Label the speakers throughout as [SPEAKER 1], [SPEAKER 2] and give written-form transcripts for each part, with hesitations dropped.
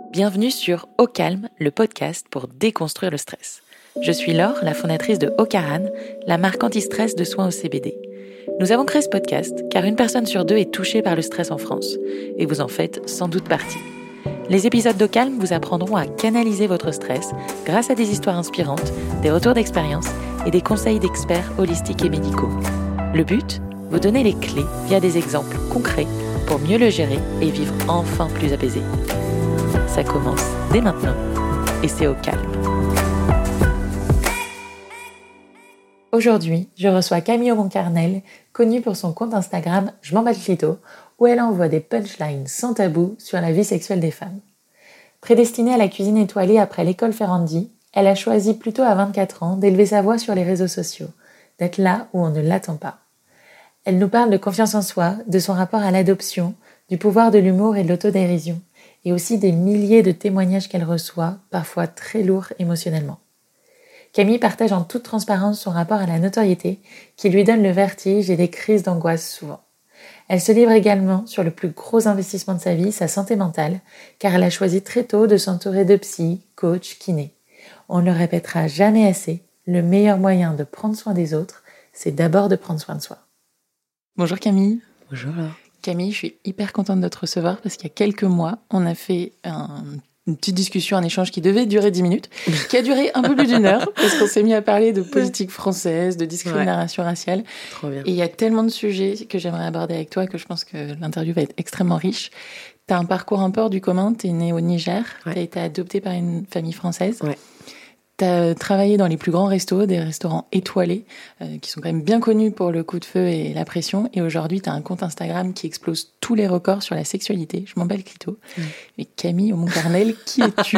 [SPEAKER 1] Bienvenue sur Au Calme, le podcast pour déconstruire le stress. Je suis Laure, la fondatrice de Ocaran, la marque anti-stress de soins au CBD. Nous avons créé ce podcast car une personne sur deux est touchée par le stress en France, et vous en faites sans doute partie. Les épisodes d'Au Calme vous apprendront à canaliser votre stress grâce à des histoires inspirantes, des retours d'expérience et des conseils d'experts holistiques et médicaux. Le but ? Vous donner les clés via des exemples concrets pour mieux le gérer et vivre enfin plus apaisé. Ça commence dès maintenant et c'est Au Calme. Aujourd'hui, je reçois Camille Aumont-Carnel, connue pour son compte Instagram Je m'en bats le clito, où elle envoie des punchlines sans tabou sur la vie sexuelle des femmes. Prédestinée à la cuisine étoilée après l'école Ferrandi, elle a choisi plutôt à 24 ans d'élever sa voix sur les réseaux sociaux, d'être là où on ne l'attend pas. Elle nous parle de confiance en soi, de son rapport à l'adoption, du pouvoir de l'humour et de l'autodérision, et aussi des milliers de témoignages qu'elle reçoit, parfois très lourds émotionnellement. Camille partage en toute transparence son rapport à la notoriété, qui lui donne le vertige et des crises d'angoisse souvent. Elle se livre également sur le plus gros investissement de sa vie, sa santé mentale, car elle a choisi très tôt de s'entourer de psy, coach, kiné. On ne le répétera jamais assez, le meilleur moyen de prendre soin des autres, c'est d'abord de prendre soin de soi. Bonjour Camille.
[SPEAKER 2] Bonjour Laure.
[SPEAKER 1] Camille, je suis hyper contente de te recevoir parce qu'il y a quelques mois, on a fait une petite discussion, un échange qui devait durer 10 minutes, qui a duré un peu plus d'1 heure parce qu'on s'est mis à parler de politique française, de discrimination raciale.
[SPEAKER 2] Trop bien.
[SPEAKER 1] Et il y a tellement de sujets que j'aimerais aborder avec toi que je pense que l'interview va être extrêmement riche. Tu as un parcours un peu hors du commun, tu es née au Niger, tu as été adoptée par une famille française.
[SPEAKER 2] Ouais.
[SPEAKER 1] Tu as travaillé dans les plus grands restos, des restaurants étoilés, qui sont quand même bien connus pour le coup de feu et la pression. Et aujourd'hui, tu as un compte Instagram qui explose tous les records sur la sexualité. Je m'en bats le clito. Mais Camille Aumont-Carnel, qui es-tu ?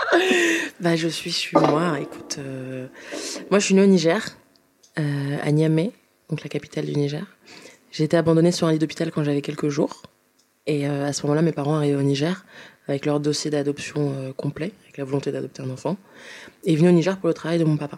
[SPEAKER 2] Je suis moi. Écoute, moi, je suis née au Niger, à Niamey, donc la capitale du Niger. J'ai été abandonnée sur un lit d'hôpital quand j'avais quelques jours. Et à ce moment-là, mes parents arrivaient au Niger avec leur dossier d'adoption complet, avec la volonté d'adopter un enfant, et venaient au Niger pour le travail de mon papa.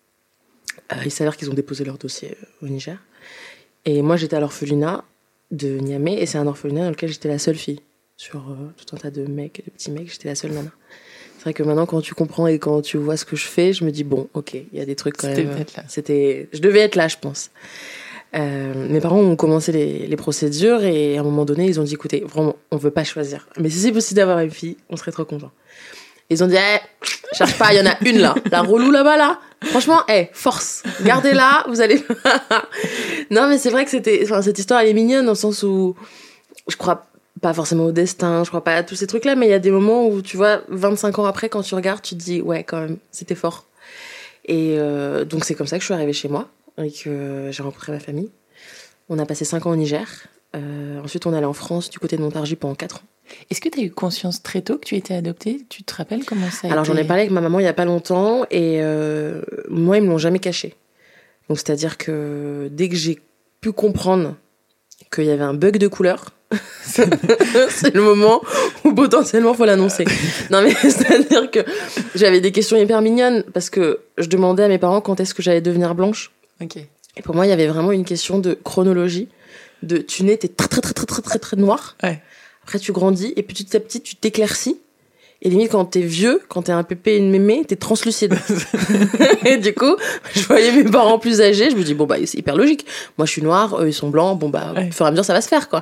[SPEAKER 2] Il s'avère qu'ils ont déposé leur dossier au Niger. Et moi, j'étais à l'orphelinat de Niamey, et c'est un orphelinat dans lequel j'étais la seule fille. Sur tout un tas de mecs, de petits mecs, j'étais la seule nana. C'est vrai que maintenant, quand tu comprends et quand tu vois ce que je fais, je me dis, bon, ok, il y a des trucs quand même. Je devais être là, je pense. Mes parents ont commencé les procédures et à un moment donné ils ont dit écoutez vraiment on veut pas choisir mais si c'est possible d'avoir une fille on serait trop contents. Ils ont dit cherche pas, il y en a une là, la relou là-bas là, franchement force, gardez-la, vous allez. Non mais c'est vrai que cette histoire elle est mignonne dans le sens où je crois pas forcément au destin, je crois pas à tous ces trucs là, mais il y a des moments où tu vois 25 ans après quand tu regardes tu te dis ouais quand même c'était fort. Et donc c'est comme ça que je suis arrivée chez moi et que j'ai rencontré ma famille. On a passé 5 ans au Niger. Ensuite, on est allé en France, du côté de Montargis, pendant 4 ans.
[SPEAKER 1] Est-ce que tu as eu conscience très tôt que tu étais adoptée ? Tu te rappelles comment ça a
[SPEAKER 2] Alors,
[SPEAKER 1] été ?
[SPEAKER 2] j'en ai parlé avec ma maman il n'y a pas longtemps et moi, ils me l'ont jamais caché. Donc, c'est-à-dire que dès que j'ai pu comprendre qu'il y avait un bug de couleur, c'est le moment où potentiellement il faut l'annoncer. Non, mais c'est-à-dire que j'avais des questions hyper mignonnes parce que je demandais à mes parents quand est-ce que j'allais devenir blanche.
[SPEAKER 1] Okay.
[SPEAKER 2] Et pour moi, il y avait vraiment une question de chronologie. Tu nais, t'es très noir. Ouais. Après, tu grandis et petit à petit, tu t'éclaircis. Et limite, quand t'es vieux, quand t'es un pépé et une mémé, t'es translucide. Et du coup, je voyais mes parents plus âgés. Je me dis, c'est hyper logique. Moi, je suis noire, eux, ils sont blancs. Au fur et à mesure, ça va se faire, quoi.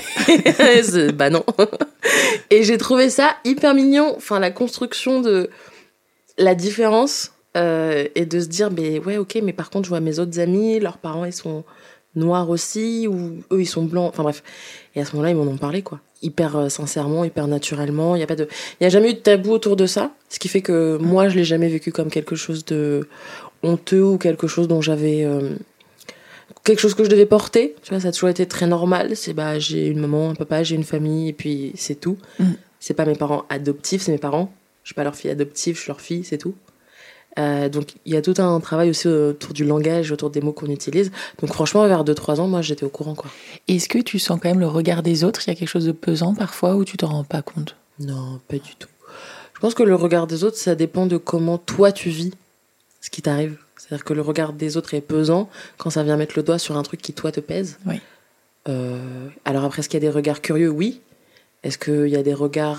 [SPEAKER 2] Non. Et j'ai trouvé ça hyper mignon. Enfin, la construction de la différence. Et de se dire mais par contre je vois mes autres amis, leurs parents ils sont noirs aussi ou eux ils sont blancs, enfin bref. Et à ce moment-là ils m'en ont parlé quoi, hyper sincèrement, hyper naturellement. Il y a jamais eu de tabou autour de ça, ce qui fait que moi je l'ai jamais vécu comme quelque chose de honteux ou quelque chose dont j'avais quelque chose que je devais porter, tu vois. Ça a toujours été très normal, c'est j'ai une maman, un papa, j'ai une famille et puis c'est tout. C'est pas mes parents adoptifs, c'est mes parents, je suis pas leur fille adoptive, je suis leur fille, c'est tout. Donc il y a tout un travail aussi autour du langage, autour des mots qu'on utilise. Donc franchement vers 2-3 ans moi j'étais au courant quoi.
[SPEAKER 1] Est-ce que tu sens quand même le regard des autres ? Il y a quelque chose de pesant parfois ou tu t'en rends pas compte ?
[SPEAKER 2] Non, pas du tout. Je pense que le regard des autres ça dépend de comment toi tu vis ce qui t'arrive. C'est-à-dire que le regard des autres est pesant quand ça vient mettre le doigt sur un truc qui toi te pèse.
[SPEAKER 1] Oui.
[SPEAKER 2] Alors après est-ce qu'il y a des regards curieux ? Oui. Est-ce qu'il y a des regards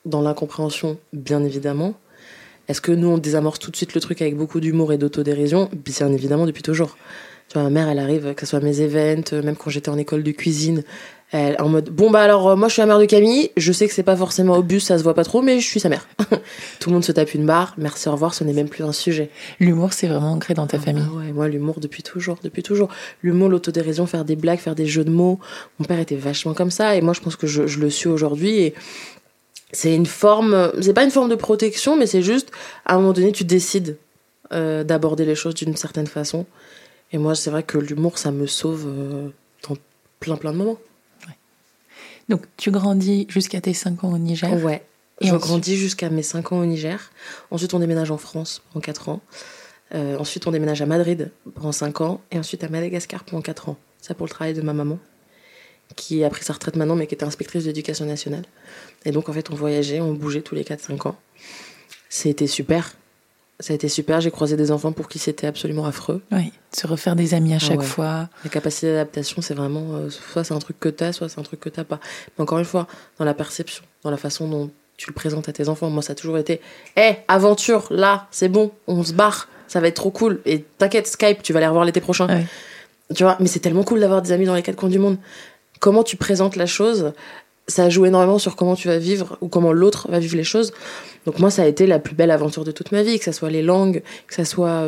[SPEAKER 2] dans l'incompréhension, bien évidemment. Est-ce que nous, on désamorce tout de suite le truc avec beaucoup d'humour et d'autodérision ? Bien évidemment, depuis toujours. Tu vois, ma mère, elle arrive, que ce soit à mes events, même quand j'étais en école de cuisine, elle, en mode, bon, bah alors, moi, je suis la mère de Camille, je sais que c'est pas forcément au bus, ça se voit pas trop, mais je suis sa mère. Tout le monde se tape une barre, merci, au revoir, ce n'est même plus un sujet.
[SPEAKER 1] L'humour, c'est vraiment ancré dans ta famille.
[SPEAKER 2] Ouais, moi, l'humour, depuis toujours. L'humour, l'autodérision, faire des blagues, faire des jeux de mots. Mon père était vachement comme ça, et moi, je pense que je le suis aujourd'hui, et c'est une forme, c'est pas une forme de protection, mais c'est juste, à un moment donné, tu décides d'aborder les choses d'une certaine façon. Et moi, c'est vrai que l'humour, ça me sauve dans plein de moments.
[SPEAKER 1] Ouais. Donc, tu grandis jusqu'à tes 5 ans au Niger.
[SPEAKER 2] Ouais, je grandis jusqu'à mes 5 ans au Niger. Ensuite, on déménage en France pendant 4 ans. Ensuite, on déménage à Madrid pendant 5 ans. Et ensuite, à Madagascar pendant 4 ans. Ça pour le travail de ma maman, qui a pris sa retraite maintenant, mais qui était inspectrice d'éducation nationale. Et donc, en fait, on voyageait, on bougeait tous les 4-5 ans. C'était super. Ça a été super, j'ai croisé des enfants pour qui c'était absolument affreux.
[SPEAKER 1] Oui, se refaire des amis à chaque fois.
[SPEAKER 2] La capacité d'adaptation, c'est vraiment... soit c'est un truc que t'as, soit c'est un truc que t'as pas. Mais encore une fois, dans la perception, dans la façon dont tu le présentes à tes enfants. Moi, ça a toujours été « Hé, aventure, là, c'est bon, on se barre, ça va être trop cool. Et t'inquiète, Skype, tu vas les revoir l'été prochain. Ouais. » Tu vois, mais c'est tellement cool d'avoir des amis dans les 4 coins du monde. Comment tu présentes la chose, ça joue énormément sur comment tu vas vivre ou comment l'autre va vivre les choses. Donc moi, ça a été la plus belle aventure de toute ma vie, que ça soit les langues, que ça soit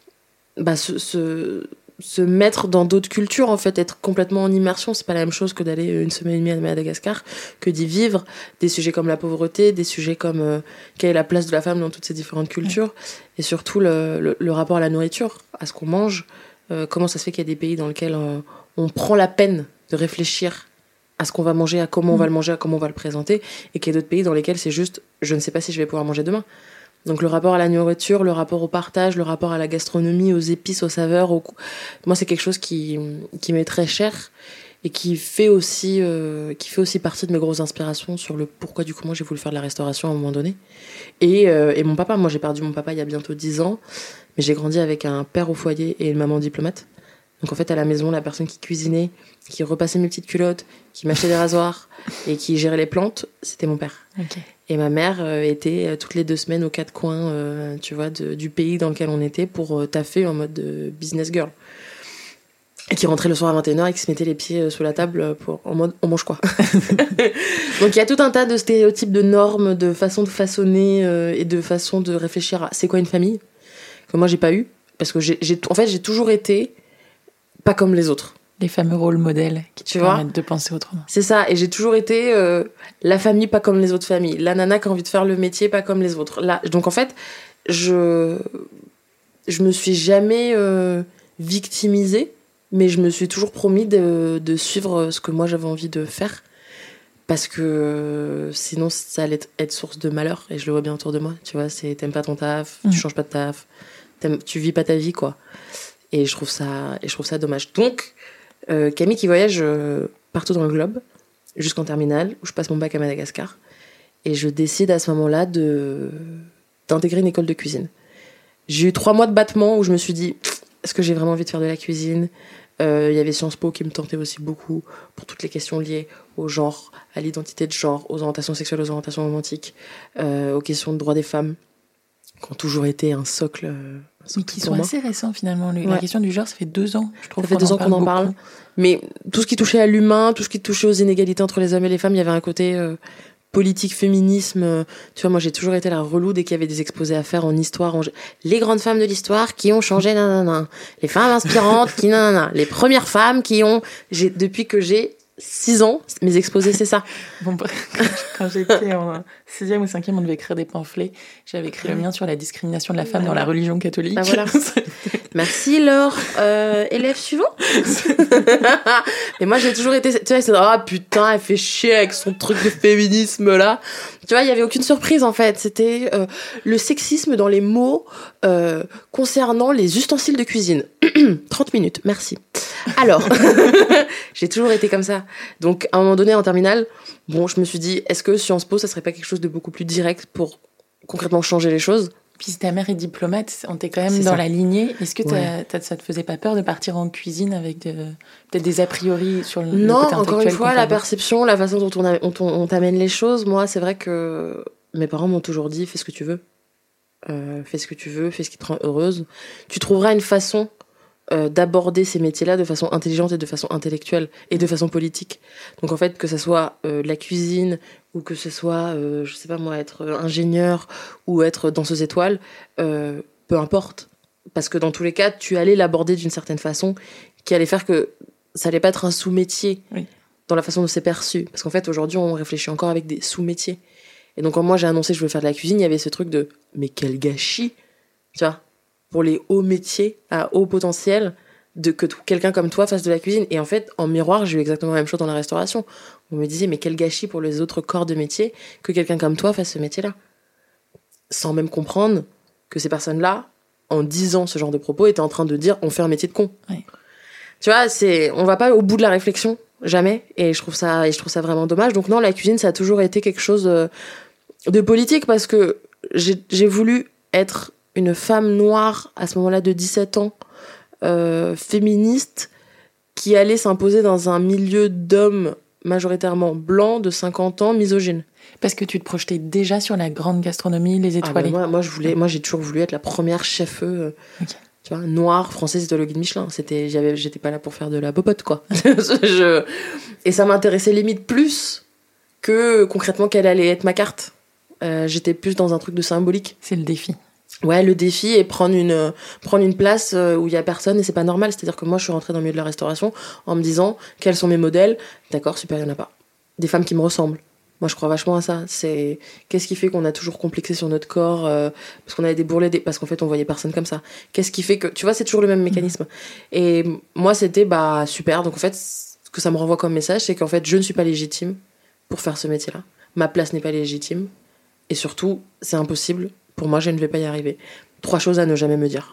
[SPEAKER 2] se mettre dans d'autres cultures, en fait, être complètement en immersion. C'est pas la même chose que d'aller 1 semaine et demie à Madagascar, que d'y vivre des sujets comme la pauvreté, des sujets comme quelle est la place de la femme dans toutes ces différentes cultures, et surtout le rapport à la nourriture, à ce qu'on mange, comment ça se fait qu'il y a des pays dans lesquels on prend la peine de réfléchir à ce qu'on va manger, à comment on va le manger, à comment on va le présenter, et qu'il y a d'autres pays dans lesquels c'est juste je ne sais pas si je vais pouvoir manger demain. Donc le rapport à la nourriture, le rapport au partage, le rapport à la gastronomie, aux épices, aux saveurs, moi c'est quelque chose qui m'est très cher et qui fait aussi partie de mes grosses inspirations sur le pourquoi du comment j'ai voulu faire de la restauration à un moment donné. Et mon papa, moi j'ai perdu mon papa il y a bientôt 10 ans, mais j'ai grandi avec un père au foyer et une maman diplomate. Donc en fait, à la maison, la personne qui cuisinait, qui repassait mes petites culottes, qui m'achetait des rasoirs et qui gérait les plantes, c'était mon père. Okay. Et ma mère était toutes les 2 semaines aux 4 coins tu vois, du pays dans lequel on était pour taffer en mode business girl. Et qui rentrait le soir à 21h et qui se mettait les pieds sous la table en mode on mange quoi. Donc il y a tout un tas de stéréotypes, de normes, de façons de façonner et de façons de réfléchir à c'est quoi une famille que moi j'ai pas eu. Parce que j'ai toujours été pas comme les autres.
[SPEAKER 1] Les fameux rôles modèles qui te permettent de penser autrement.
[SPEAKER 2] C'est ça, et j'ai toujours été la famille pas comme les autres familles, la nana qui a envie de faire le métier pas comme les autres. Là, donc en fait, je me suis jamais victimisée, mais je me suis toujours promis de suivre ce que moi j'avais envie de faire, parce que sinon ça allait être source de malheur, et je le vois bien autour de moi, tu vois, c'est t'aimes pas ton taf, tu changes pas de taf, tu vis pas ta vie, quoi. Et je trouve ça dommage. Donc, Camille qui voyage partout dans le globe, jusqu'en terminale, où je passe mon bac à Madagascar. Et je décide à ce moment-là d'intégrer une école de cuisine. J'ai eu 3 mois de battement où je me suis dit, est-ce que j'ai vraiment envie de faire de la cuisine ? Il y avait Sciences Po qui me tentait aussi beaucoup pour toutes les questions liées au genre, à l'identité de genre, aux orientations sexuelles, aux orientations romantiques, aux questions de droits des femmes, qui ont toujours été un socle.
[SPEAKER 1] Mais qui sont assez récents finalement. La question du genre, ça fait 2 ans, je trouve.
[SPEAKER 2] Ça fait 2 ans qu'on en parle. Mais tout ce qui touchait à l'humain, tout ce qui touchait aux inégalités entre les hommes et les femmes, il y avait un côté politique, féminisme. Tu vois, moi j'ai toujours été la relou dès qu'il y avait des exposés à faire en histoire. Les grandes femmes de l'histoire qui ont changé, nanana. Les femmes inspirantes qui, nanana. Les premières femmes qui ont... Depuis que j'ai 6 ans, mes exposés, c'est ça.
[SPEAKER 1] Bon, quand j'étais en 6e ou 5e, on devait écrire des pamphlets. J'avais écrit le mien sur la discrimination de la femme dans la religion catholique.
[SPEAKER 2] Bah voilà. Merci Laure. Élève suivant. Et moi, j'ai toujours été... Tu vois, c'est... Ah putain, elle fait chier avec son truc de féminisme, là. Tu vois, il n'y avait aucune surprise, en fait. C'était le sexisme dans les mots concernant les ustensiles de cuisine. 30 minutes, merci. Alors, j'ai toujours été comme ça. Donc, à un moment donné, en terminale, bon, je me suis dit, est-ce que Sciences Po, ça serait pas quelque chose de beaucoup plus direct pour concrètement changer les choses ?
[SPEAKER 1] Puis si ta mère est diplomate, on t'est quand même
[SPEAKER 2] C'est
[SPEAKER 1] dans
[SPEAKER 2] ça.
[SPEAKER 1] la lignée. Est-ce que
[SPEAKER 2] Ouais.
[SPEAKER 1] ça te faisait pas peur de partir en cuisine avec peut-être des a priori sur le
[SPEAKER 2] Non,
[SPEAKER 1] côté
[SPEAKER 2] encore une
[SPEAKER 1] intellectuel
[SPEAKER 2] fois,
[SPEAKER 1] qu'on
[SPEAKER 2] la
[SPEAKER 1] t'avait?
[SPEAKER 2] perception, la façon dont on t'amène les choses, moi, c'est vrai que mes parents m'ont toujours dit, fais ce que tu veux. Fais ce que tu veux, fais ce qui te rend heureuse. Tu trouveras une façon d'aborder ces métiers-là de façon intelligente et de façon intellectuelle et de façon politique. Donc en fait, que ça soit la cuisine ou que ce soit, je sais pas moi, être ingénieur ou être danseuse étoile, peu importe. Parce que dans tous les cas, tu allais l'aborder d'une certaine façon qui allait faire que ça allait pas être un sous-métier
[SPEAKER 1] Oui.
[SPEAKER 2] dans la façon dont c'est perçu. Parce qu'en fait, aujourd'hui, on réfléchit encore avec des sous-métiers. Et donc quand moi j'ai annoncé que je voulais faire de la cuisine, il y avait ce truc de « mais quel gâchis !» Tu vois, pour les hauts métiers à haut potentiel, que quelqu'un comme toi fasse de la cuisine. Et en fait, en miroir, j'ai eu exactement la même chose dans la restauration. On me disait, mais quel gâchis pour les autres corps de métier que quelqu'un comme toi fasse ce métier-là. Sans même comprendre que ces personnes-là, en disant ce genre de propos, étaient en train de dire, on fait un métier de con.
[SPEAKER 1] Oui.
[SPEAKER 2] Tu vois, on va pas au bout de la réflexion, jamais. Et je trouve ça vraiment dommage. Donc non, la cuisine, ça a toujours été quelque chose de politique parce que j'ai voulu être une femme noire à ce moment-là de 17 ans, féministe, qui allait s'imposer dans un milieu d'hommes majoritairement blancs de 50 ans, misogynes.
[SPEAKER 1] Parce que tu te projetais déjà sur la grande gastronomie, les étoilés.
[SPEAKER 2] Moi, j'ai toujours voulu être la première chef,
[SPEAKER 1] Ok.
[SPEAKER 2] tu vois, noire, française de le guide Michelin. J'étais pas là pour faire de la bobotte, quoi. Et ça m'intéressait limite plus que concrètement quelle allait être ma carte. J'étais plus dans un truc de symbolique.
[SPEAKER 1] C'est le défi.
[SPEAKER 2] Ouais, le défi est prendre une place où il y a personne et c'est pas normal. C'est-à-dire que moi, je suis rentrée dans le milieu de la restauration en me disant quels sont mes modèles. D'accord, super, il y en a pas. Des femmes qui me ressemblent. Moi, je crois vachement à ça. C'est qu'est-ce qui fait qu'on a toujours complexé sur notre corps parce qu'on avait des bourrelets, parce qu'en fait, on voyait personne comme ça. Qu'est-ce qui fait que, tu vois, c'est toujours le même mécanisme. Et moi, c'était super. Donc en fait, ce que ça me renvoie comme message, c'est qu'en fait, je ne suis pas légitime pour faire ce métier-là. Ma place n'est pas légitime. Et surtout, c'est impossible. Pour moi, je ne vais pas y arriver. 3 choses à ne jamais me dire.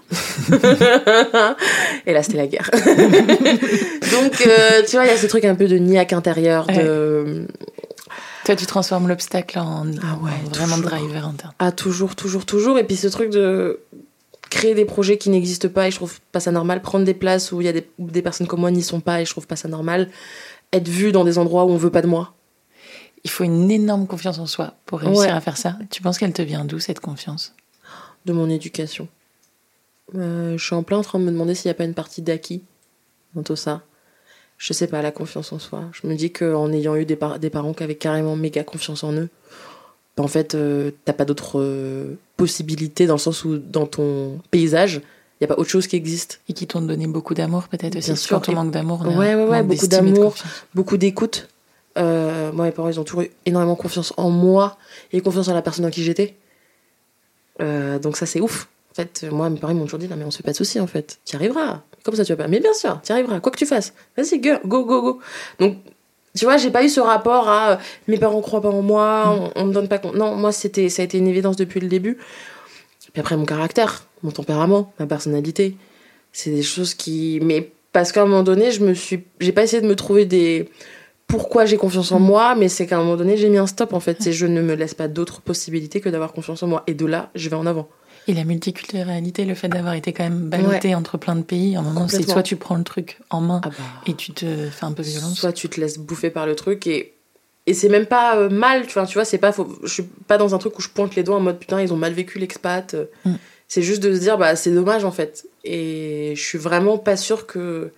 [SPEAKER 2] Et là, c'était la guerre. Donc, tu vois, il y a ce truc un peu de niaque intérieur. De...
[SPEAKER 1] Toi, tu transformes l'obstacle en vraiment
[SPEAKER 2] toujours.
[SPEAKER 1] driver interne.
[SPEAKER 2] Ah, toujours. Et puis ce truc de créer des projets qui n'existent pas, et je trouve pas ça normal. Prendre des places où il y a des personnes comme moi n'y sont pas, et je trouve pas ça normal. Être vue dans des endroits où on veut pas de moi.
[SPEAKER 1] Il faut une énorme confiance en soi pour réussir à faire ça. Tu penses qu'elle te vient d'où, cette confiance ?
[SPEAKER 2] De mon éducation. Je suis en plein en train de me demander s'il n'y a pas une partie d'acquis dans tout ça. Je sais pas, la confiance en soi. Je me dis qu'en ayant eu des parents qui avaient carrément méga confiance en eux, bah en fait, t'as pas d'autres possibilités dans le sens où dans ton paysage, il n'y a pas autre chose qui existe.
[SPEAKER 1] Et qui t'ont donné beaucoup d'amour, peut-être aussi.
[SPEAKER 2] Bien sûr.
[SPEAKER 1] Quand on manque d'amour, on a
[SPEAKER 2] Ouais,
[SPEAKER 1] manque
[SPEAKER 2] beaucoup
[SPEAKER 1] d'estime et de
[SPEAKER 2] d'amour,
[SPEAKER 1] confiance.
[SPEAKER 2] beaucoup d'écoute. Moi, mes parents, ils ont toujours eu énormément confiance en moi et confiance en la personne en qui j'étais. Donc ça, c'est ouf. En fait, moi, mes parents m'ont toujours dit, non, mais on se fait pas de soucis, en fait. Tu y arriveras. Comme ça, tu vas pas. Mais bien sûr, tu y arriveras. Quoi que tu fasses. Vas-y, go. Donc, tu vois, j'ai pas eu ce rapport à mes parents croient pas en moi, on me donne pas compte. Non, moi, ça a été une évidence depuis le début. Puis après, mon caractère, mon tempérament, ma personnalité. C'est des choses qui. Mais parce qu'à un moment donné, j'ai pas essayé de me trouver des. Pourquoi j'ai confiance en moi, mais c'est qu'à un moment donné, j'ai mis un stop, en fait. C'est je ne me laisse pas d'autres possibilités que d'avoir confiance en moi. Et de là, je vais en avant.
[SPEAKER 1] Et la multiculturalité, le fait d'avoir été quand même ballotté entre plein de pays, à un moment, c'est soit tu prends le truc en main et tu te fais un peu violence.
[SPEAKER 2] Soit tu te laisses bouffer par le truc et c'est même pas mal, tu vois, c'est pas, je suis pas dans un truc où je pointe les doigts en mode putain, ils ont mal vécu l'expat. C'est juste de se dire, bah, c'est dommage, en fait. Et je suis vraiment pas sûre que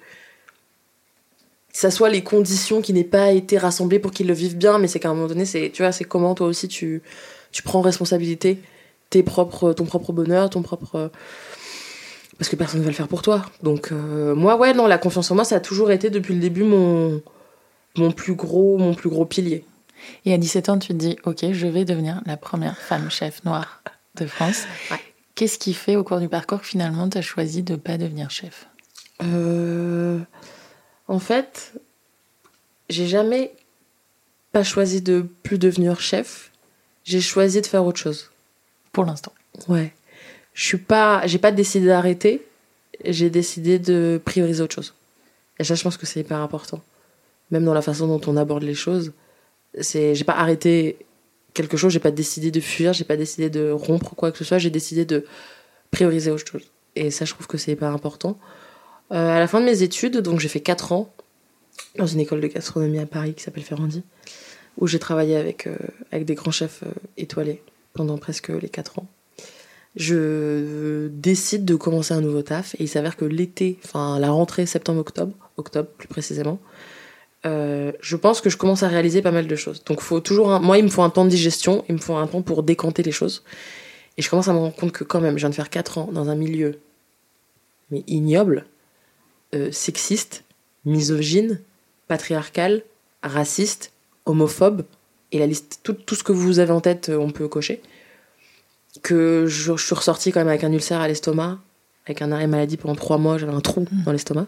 [SPEAKER 2] ça soit les conditions qui n'aient pas été rassemblées pour qu'ils le vivent bien, mais c'est qu'à un moment donné, c'est comment toi aussi tu prends responsabilité, ton propre bonheur, parce que personne ne va le faire pour toi. Donc moi, la confiance en moi, ça a toujours été depuis le début mon plus gros pilier.
[SPEAKER 1] Et à 17 ans, tu te dis, ok, je vais devenir la première femme chef noire de France.
[SPEAKER 2] Ouais.
[SPEAKER 1] Qu'est-ce qui fait au cours du parcours que finalement tu as choisi de ne pas devenir chef ?
[SPEAKER 2] En fait, j'ai jamais pas choisi de plus devenir chef. J'ai choisi de faire autre chose.
[SPEAKER 1] Pour l'instant.
[SPEAKER 2] Ouais. J'ai pas décidé d'arrêter. J'ai décidé de prioriser autre chose. Et ça, je pense que c'est hyper important. Même dans la façon dont on aborde les choses. J'ai pas arrêté quelque chose, j'ai pas décidé de fuir, j'ai pas décidé de rompre quoi que ce soit, j'ai décidé de prioriser autre chose. Et ça, je trouve que c'est hyper important. À la fin de mes études, donc j'ai fait 4 ans dans une école de gastronomie à Paris qui s'appelle Ferrandi, où j'ai travaillé avec des grands chefs étoilés pendant presque les 4 ans. Je décide de commencer un nouveau taf et il s'avère que l'été, enfin la rentrée septembre-octobre plus précisément, je pense que je commence à réaliser pas mal de choses. Donc faut toujours moi il me faut un temps de digestion, il me faut un temps pour décanter les choses. Et je commence à me rendre compte que quand même, je viens de faire 4 ans dans un milieu mais ignoble, sexiste, misogyne, patriarcal, raciste, homophobe, et la liste, tout ce que vous avez en tête, on peut cocher. Que je suis ressortie quand même avec un ulcère à l'estomac, avec un arrêt maladie pendant 3 mois, j'avais un trou dans l'estomac.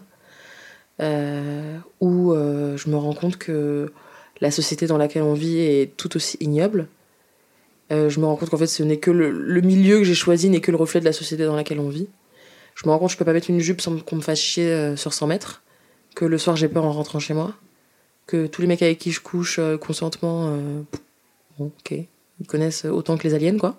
[SPEAKER 2] Où je me rends compte que la société dans laquelle on vit est tout aussi ignoble. Je me rends compte qu'en fait, ce n'est que le milieu que j'ai choisi n'est que le reflet de la société dans laquelle on vit. Je me rends compte que je peux pas mettre une jupe sans qu'on me fasse chier sur 100 mètres, que le soir j'ai peur en rentrant chez moi, que tous les mecs avec qui je couche consentement, bon, ok, ils connaissent autant que les aliens, quoi.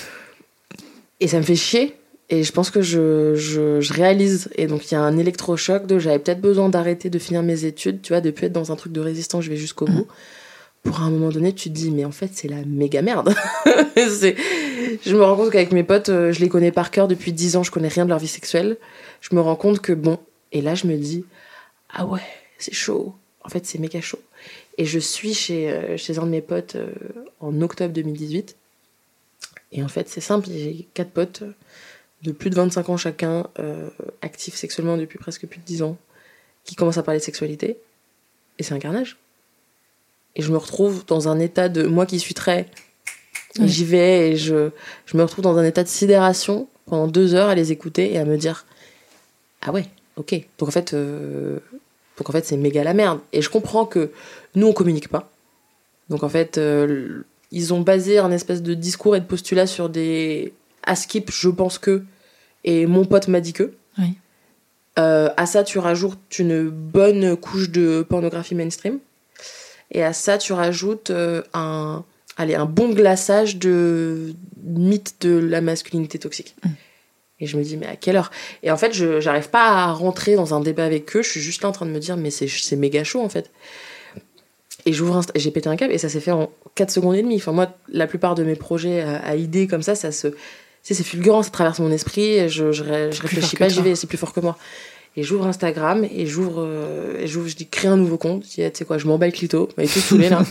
[SPEAKER 2] Et ça me fait chier. Et je pense que je réalise. Et donc, il y a un électrochoc de j'avais peut-être besoin d'arrêter de finir mes études, tu vois, de plus être dans un truc de résistance, je vais jusqu'au bout. Pour un moment donné, tu te dis, mais en fait, c'est la méga merde. Je me rends compte qu'avec mes potes, je les connais par cœur depuis 10 ans, je connais rien de leur vie sexuelle. Je me rends compte que bon. Et là, je me dis, ah ouais, c'est chaud. En fait, c'est méga chaud. Et je suis chez un de mes potes en octobre 2018. Et en fait, c'est simple, j'ai 4 potes de plus de 25 ans chacun, actifs sexuellement depuis presque plus de 10 ans, qui commencent à parler de sexualité. Et c'est un carnage. Et je me retrouve dans un état de... Moi qui suis très... J'y vais et je me retrouve dans un état de sidération pendant 2 heures à les écouter et à me dire « Ah ouais, ok. » Donc en fait, c'est méga la merde. Et je comprends que nous, on communique pas. Donc en fait, ils ont basé un espèce de discours et de postulat sur des... À skip, je pense que... Et mon pote m'a dit que...
[SPEAKER 1] Oui.
[SPEAKER 2] À ça, tu rajoutes une bonne couche de pornographie mainstream. Et à ça, tu rajoutes un bon glaçage de mythe de la masculinité toxique. Et je me dis, mais à quelle heure ? Et en fait, j'arrive pas à rentrer dans un débat avec eux. Je suis juste là en train de me dire, mais c'est méga chaud, en fait. Et j'ai pété un câble, et ça s'est fait en 4 secondes et demie. Enfin, moi, la plupart de mes projets à idées comme ça c'est fulgurant, ça traverse mon esprit, je réfléchis pas, j'y vais, c'est plus fort que moi. Et j'ouvre Instagram, et je dis, crée un nouveau compte. Je dis, tu sais quoi, je m'emballe le clito, mais tout saoulé, là.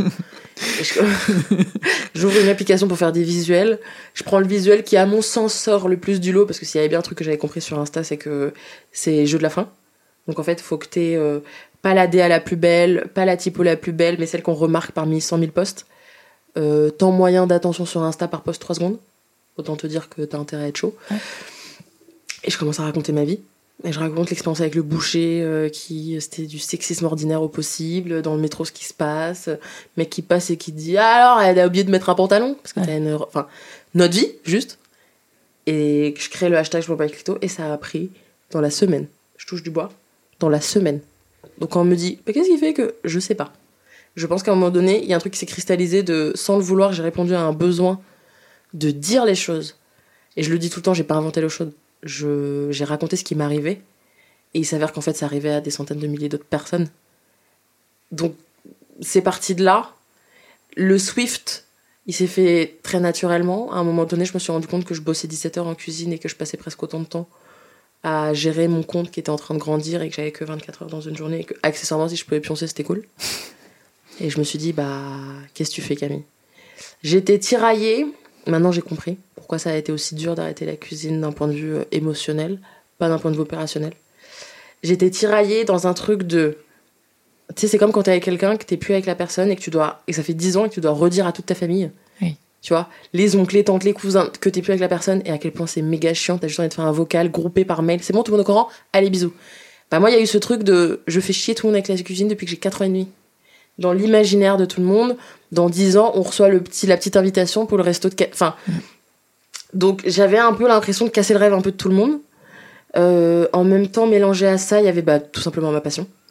[SPEAKER 2] J'ouvre une application pour faire des visuels. Je prends le visuel qui, à mon sens, sort le plus du lot, parce que s'il y avait bien un truc que j'avais compris sur Insta, c'est que c'est jeu de la fin. Donc en fait, il faut que t'aies pas la DA la plus belle, pas la typo la plus belle, mais celle qu'on remarque parmi 100 000 posts. Temps moyen d'attention sur Insta par post 3 secondes. Autant te dire que t'as intérêt à être chaud. Ouais. Et je commence à raconter ma vie. Et je raconte l'expérience avec le boucher, c'était du sexisme ordinaire au possible, dans le métro ce qui se passe, mec qui passe et qui dit ah, alors elle a oublié de mettre un pantalon, parce que t'as enfin, notre vie, juste. Et je crée le hashtag je m'emballe clito, et ça a pris dans la semaine. Je touche du bois, dans la semaine. Donc quand on me dit, mais qu'est-ce qui fait que je sais pas. Je pense qu'à un moment donné, il y a un truc qui s'est cristallisé sans le vouloir, j'ai répondu à un besoin de dire les choses. Et je le dis tout le temps, j'ai pas inventé l'eau chaude. J'ai raconté ce qui m'arrivait, et il s'avère qu'en fait ça arrivait à des centaines de milliers d'autres personnes. Donc c'est parti de là. Le Swift, il s'est fait très naturellement. À un moment donné, je me suis rendu compte que je bossais 17 heures en cuisine et que je passais presque autant de temps à gérer mon compte qui était en train de grandir et que j'avais que 24 heures dans une journée, et que accessoirement si je pouvais pioncer c'était cool. Et je me suis dit, qu'est-ce que tu fais, Camille ? J'étais tiraillée. Maintenant j'ai compris pourquoi ça a été aussi dur d'arrêter la cuisine d'un point de vue émotionnel, pas d'un point de vue opérationnel. J'étais tiraillée dans un truc de... Tu sais, c'est comme quand t'es avec quelqu'un, que t'es plus avec la personne et que ça fait 10 ans et que tu dois redire à toute ta famille.
[SPEAKER 1] Oui.
[SPEAKER 2] Tu vois, les oncles, les tantes, les cousins, que t'es plus avec la personne, et à quel point c'est méga chiant, t'as juste envie de faire un vocal groupé par mail. C'est bon, tout le monde au courant ? Allez, bisous. Moi, il y a eu ce truc de... Je fais chier tout le monde avec la cuisine depuis que j'ai 4 ans et demi. Dans l'imaginaire de tout le monde, dans 10 ans, on reçoit la petite invitation pour le resto de... Enfin... Donc, j'avais un peu l'impression de casser le rêve un peu de tout le monde. En même temps, mélangé à ça, il y avait tout simplement ma passion.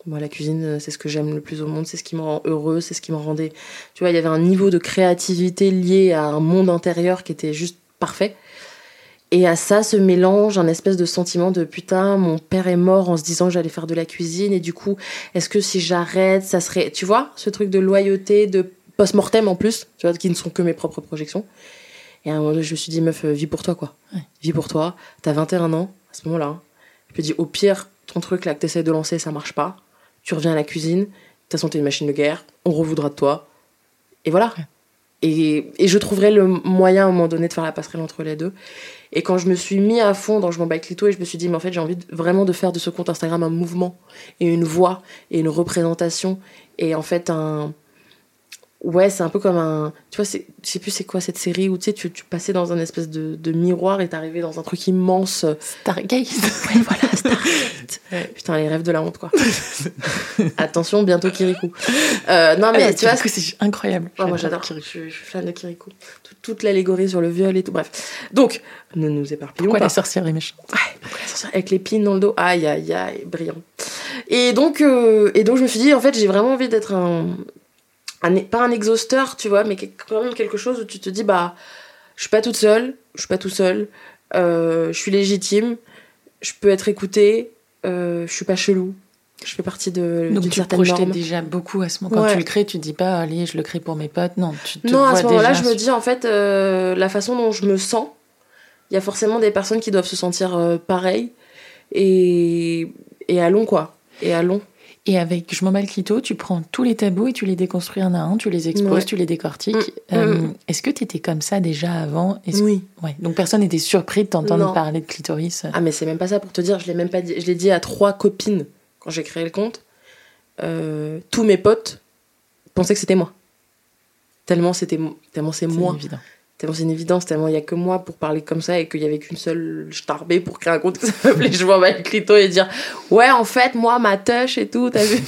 [SPEAKER 2] Moi, la cuisine, c'est ce que j'aime le plus au monde, c'est ce qui me rend heureux, c'est ce qui me rendait... Tu vois, il y avait un niveau de créativité lié à un monde intérieur qui était juste parfait. Et à ça se mélange un espèce de sentiment de putain, mon père est mort en se disant que j'allais faire de la cuisine et du coup, est-ce que si j'arrête, ça serait... Tu vois, ce truc de loyauté, de post-mortem en plus, tu vois, qui ne sont que mes propres projections. Et à un moment donné, je me suis dit, meuf, vis pour toi, quoi.
[SPEAKER 1] Ouais.
[SPEAKER 2] Vis pour toi, t'as 21 ans, à ce moment-là. Hein. Je me dis, au pire, ton truc là que t'essayes de lancer, ça marche pas. Tu reviens à la cuisine, de toute façon, t'es une machine de guerre, on revoudra de toi. Et voilà. Ouais. Et je trouverai le moyen à un moment donné de faire la passerelle entre les deux. Et quand je me suis mis à fond dans Je m'en bats avec Clito et je me suis dit mais en fait j'ai envie vraiment de faire de ce compte Instagram un mouvement et une voix et une représentation et en fait ouais, c'est un peu comme un... Tu vois, je sais plus c'est quoi cette série où tu sais, tu passais dans un espèce de miroir et t'arrivais dans un truc immense.
[SPEAKER 1] Stargate.
[SPEAKER 2] Ouais, voilà, Stargate. Ouais. Putain, les rêves de la honte, quoi. Attention, bientôt Kirikou. Non, mais tu vois...
[SPEAKER 1] C'est incroyable.
[SPEAKER 2] Ouais, moi, j'adore. Je suis fan de Kirikou. Toute l'allégorie sur le viol et tout, bref. Donc, ne nous éparpillons
[SPEAKER 1] pas.
[SPEAKER 2] La
[SPEAKER 1] sorcière est méchante.
[SPEAKER 2] Ouais, pourquoi la sorcière avec les pines dans le dos. Aïe, aïe, aïe, brillant. Et donc, je me suis dit, en fait, j'ai vraiment envie d'être pas un exhausteur, tu vois, mais quand même quelque chose où tu te dis, bah, je suis pas toute seule, je suis pas tout seul, je suis légitime, je peux être écoutée, je suis pas chelou, je fais partie d'une certaine norme. Donc tu projetais
[SPEAKER 1] déjà beaucoup à ce moment. Quand tu le crées, tu dis pas, allez, je le crée pour mes potes, non.
[SPEAKER 2] Non, à ce moment-là, je me dis, en fait, la façon dont je me sens, il y a forcément des personnes qui doivent se sentir pareil, et allons, quoi, et allons.
[SPEAKER 1] Et avec Je m'en bats le clito, tu prends tous les tabous et tu les déconstruis un à un, tu les exposes, tu les décortiques. Est-ce que tu étais comme ça déjà avant?
[SPEAKER 2] Oui.
[SPEAKER 1] Ouais. Donc personne n'était surpris de t'entendre parler de clitoris?
[SPEAKER 2] Ah, mais c'est même pas ça pour te dire, je l'ai même pas dit. Je l'ai dit à 3 copines quand j'ai créé le compte. Tous mes potes pensaient que c'était moi. Tellement c'est moi.
[SPEAKER 1] Évident.
[SPEAKER 2] Tellement c'est une évidence, tellement il n'y a que moi pour parler comme ça et qu'il n'y avait qu'une seule starbée pour créer un compte qui s'appelait Je m'en bats le clito et dire ouais, en fait, moi, ma touche et tout, t'as vu?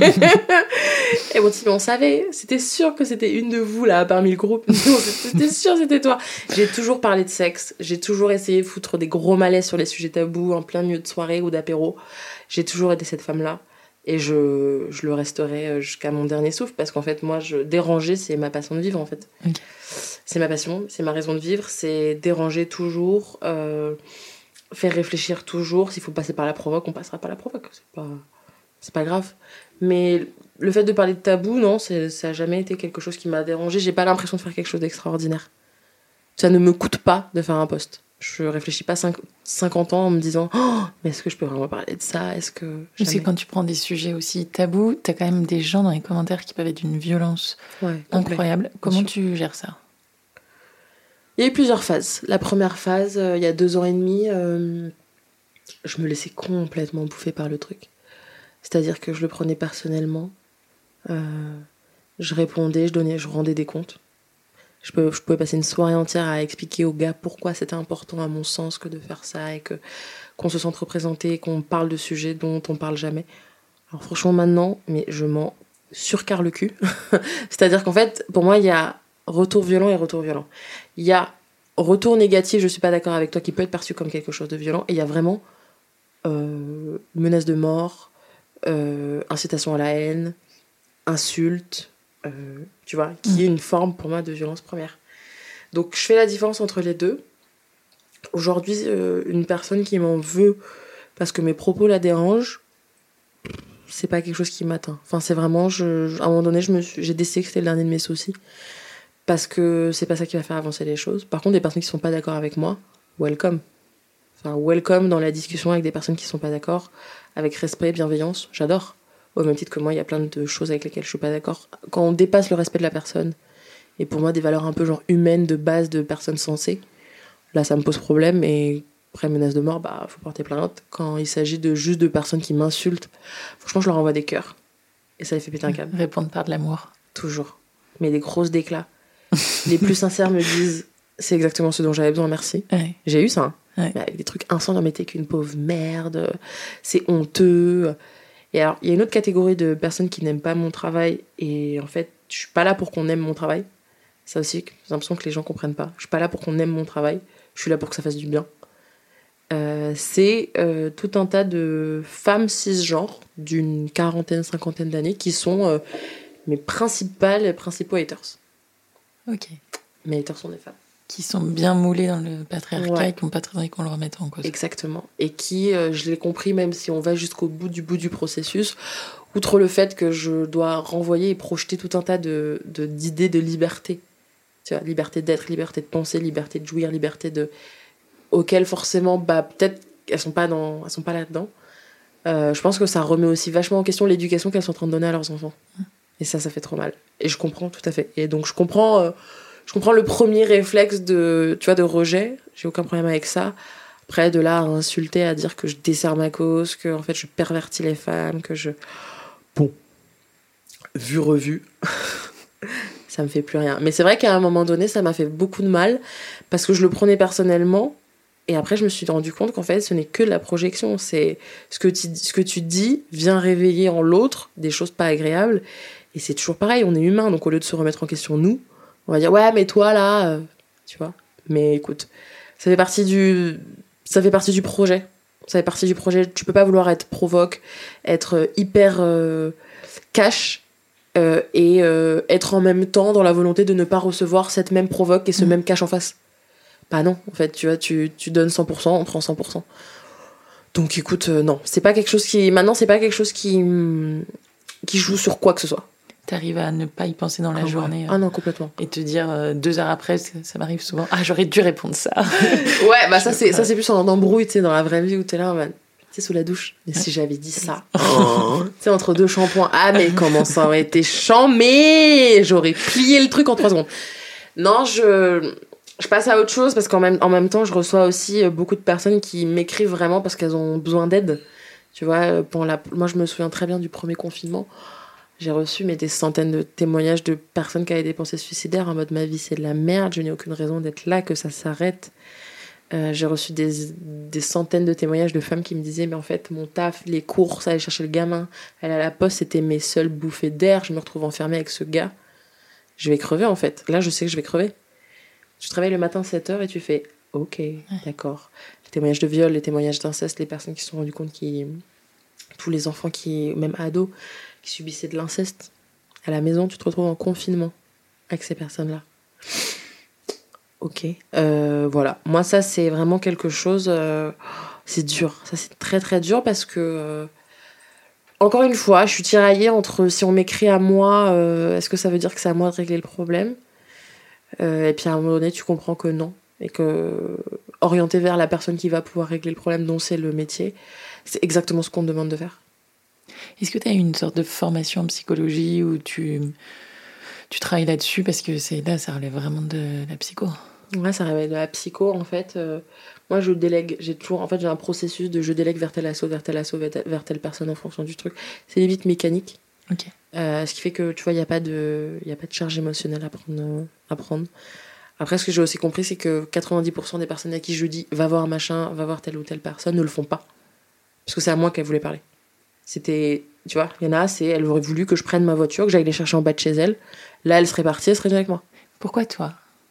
[SPEAKER 2] Et bon, on savait, c'était sûr que c'était une de vous là parmi le groupe. C'était sûr, c'était toi. J'ai toujours parlé de sexe, j'ai toujours essayé de foutre des gros malaises sur les sujets tabous en plein milieu de soirée ou d'apéro. J'ai toujours été cette femme-là. Et je le resterai jusqu'à mon dernier souffle parce qu'en fait, moi, déranger, c'est ma passion de vivre, en fait.
[SPEAKER 1] Okay.
[SPEAKER 2] C'est ma passion, c'est ma raison de vivre, c'est déranger toujours, faire réfléchir toujours. S'il faut passer par la provoque, on passera par la provoque. C'est pas grave. Mais le fait de parler de tabou, non, ça a jamais été quelque chose qui m'a dérangée. J'ai pas l'impression de faire quelque chose d'extraordinaire. Ça ne me coûte pas de faire un post. Je réfléchis pas 50 ans en me disant oh, mais est-ce que je peux vraiment parler de ça? Est-ce que
[SPEAKER 1] jamais... C'est quand tu prends des sujets aussi tabous, t'as quand même des gens dans les commentaires qui peuvent être d'une violence incroyable. Comment tu gères ça?
[SPEAKER 2] Il y a eu plusieurs phases. La première phase, il y a 2 ans et demi, je me laissais complètement bouffer par le truc. C'est-à-dire que je le prenais personnellement. Je répondais, je rendais des comptes. Je pouvais passer une soirée entière à expliquer aux gars pourquoi c'était important à mon sens que de faire ça et qu'on se sente représenté et qu'on parle de sujets dont on parle jamais. Alors franchement maintenant, mais je m'en surcarre le cul. C'est-à-dire qu'en fait, pour moi, il y a retour violent et retour violent. Il y a retour négatif, je suis pas d'accord avec toi, qui peut être perçu comme quelque chose de violent. Et il y a vraiment menace de mort, incitation à la haine, insulte... tu vois, qui est une forme pour moi de violence première. Donc je fais la différence entre les deux. Aujourd'hui, une personne qui m'en veut parce que mes propos la dérangent, c'est pas quelque chose qui m'atteint. Enfin, c'est vraiment, à un moment donné, j'ai décidé que c'était le dernier de mes soucis parce que c'est pas ça qui va faire avancer les choses. Par contre, des personnes qui sont pas d'accord avec moi, welcome. Enfin, welcome dans la discussion avec des personnes qui sont pas d'accord, avec respect, bienveillance, j'adore. Au même titre que moi, il y a plein de choses avec lesquelles je suis pas d'accord. Quand on dépasse le respect de la personne, et pour moi, des valeurs un peu genre humaines, de base, de personnes sensées, là, ça me pose problème. Et après, menace de mort, bah, faut porter plainte. Quand il s'agit juste de personnes qui m'insultent, franchement, je leur envoie des cœurs. Et ça les fait péter un câble.
[SPEAKER 1] Répondre par de l'amour.
[SPEAKER 2] Toujours. Mais des grosses déclats. Les plus sincères me disent, c'est exactement ce dont j'avais besoin, merci.
[SPEAKER 1] Ouais.
[SPEAKER 2] J'ai eu ça. Hein.
[SPEAKER 1] Ouais.
[SPEAKER 2] Mais avec des trucs incendiaires, mais t'es qu'une pauvre merde, c'est honteux... Et alors, il y a une autre catégorie de personnes qui n'aiment pas mon travail. Et en fait, je suis pas là pour qu'on aime mon travail. Ça aussi, j'ai l'impression que les gens comprennent pas. Je suis pas là pour qu'on aime mon travail. Je suis là pour que ça fasse du bien. c'est tout un tas de femmes cisgenres d'une quarantaine, cinquantaine d'années qui sont mes principaux haters.
[SPEAKER 1] Ok.
[SPEAKER 2] Mes haters sont des femmes.
[SPEAKER 1] Qui sont bien moulés dans le patriarcat
[SPEAKER 2] Ouais.
[SPEAKER 1] et qui n'ont pas très envie qu'on le remette en cause.
[SPEAKER 2] Exactement. Et qui, je l'ai compris, même si on va jusqu'au bout du processus, outre le fait que je dois renvoyer et projeter tout un tas d'idées de liberté. Tu vois, liberté d'être, liberté de penser, liberté de jouir, liberté de... auxquelles forcément, peut-être elles sont pas là-dedans. Je pense que ça remet aussi vachement en question l'éducation qu'elles sont en train de donner à leurs enfants. Et ça fait trop mal. Et je comprends tout à fait. Et donc je comprends le premier réflexe de rejet. J'ai aucun problème avec ça. Après, de là à insulter, à dire que je desserre ma cause, que en fait je pervertis les femmes, que je... Bon. Vu, revu. Ça me fait plus rien. Mais c'est vrai qu'à un moment donné, ça m'a fait beaucoup de mal parce que je le prenais personnellement. Et après, je me suis rendu compte qu'en fait, ce n'est que de la projection. C'est ce que tu dis vient réveiller en l'autre des choses pas agréables. Et c'est toujours pareil, on est humain. Donc au lieu de se remettre en question, nous, on va dire, ouais, mais toi, là, tu vois. Mais écoute, ça fait partie du projet. Ça fait partie du projet. Tu peux pas vouloir être provoque, être hyper cash et être en même temps dans la volonté de ne pas recevoir cette même provoque et ce même cash en face. Bah non, en fait, tu vois, tu donnes 100%, on prend 100%. Donc écoute, non, c'est pas quelque chose qui... Maintenant, c'est pas quelque chose qui joue sur quoi que ce soit.
[SPEAKER 1] T'arrives à ne pas y penser dans la journée.
[SPEAKER 2] Ah non, complètement.
[SPEAKER 1] Et te dire 2 heures après, ça m'arrive souvent. Ah, j'aurais dû répondre ça.
[SPEAKER 2] Ouais, bah ça c'est plus en embrouille, tu sais, dans la vraie vie où t'es là, tu sais, sous la douche. Mais si j'avais dit ça, tu sais, entre 2 shampoings, ah mais comment ça aurait été chambé, j'aurais plié le truc en 3 secondes. Non, je passe à autre chose parce qu'en même temps, je reçois aussi beaucoup de personnes qui m'écrivent vraiment parce qu'elles ont besoin d'aide. Tu vois, moi je me souviens très bien du premier confinement. J'ai reçu des centaines de témoignages de personnes qui avaient des pensées suicidaires en mode ma vie c'est de la merde, je n'ai aucune raison d'être là, que ça s'arrête. J'ai reçu des centaines de témoignages de femmes qui me disaient mais en fait mon taf, les courses, aller chercher le gamin, aller à la poste, c'était mes seules bouffées d'air, je me retrouve enfermée avec ce gars. Je vais crever en fait. Là je sais que je vais crever. Tu te réveilles le matin 7h et tu fais ok, d'accord. Les témoignages de viol, les témoignages d'inceste, les personnes qui se sont rendues compte tous les enfants même ados, qui subissaient de l'inceste à la maison, tu te retrouves en confinement avec ces personnes-là. Ok. Voilà. Moi, ça, c'est vraiment quelque chose... c'est dur. Ça, c'est très, très dur parce que... encore une fois, je suis tiraillée entre si on m'écrit à moi, est-ce que ça veut dire que c'est à moi de régler le problème ? Et puis à un moment donné, tu comprends que non. Et que orienter vers la personne qui va pouvoir régler le problème dont c'est le métier, c'est exactement ce qu'on te demande de faire.
[SPEAKER 1] Est-ce que tu as une sorte de formation en psychologie où tu travailles là-dessus parce que ça relève vraiment de la psycho?
[SPEAKER 2] Ouais, ça relève de la psycho en fait. Moi, je délègue. J'ai un processus de je délègue vers tel asso, vers telle personne en fonction du truc. C'est limite mécanique.
[SPEAKER 1] Ok.
[SPEAKER 2] Ce qui fait que tu vois, il y a pas de charge émotionnelle à prendre. Après, ce que j'ai aussi compris, c'est que 90% des personnes à qui je dis va voir machin, va voir telle ou telle personne, ne le font pas. Parce que c'est à moi qu'elle voulait parler. C'était, tu vois, il y en a, elle aurait voulu que je prenne ma voiture, que j'aille les chercher en bas de chez elle. Là, elle serait partie, elle serait venue avec moi.
[SPEAKER 1] Pourquoi toi ?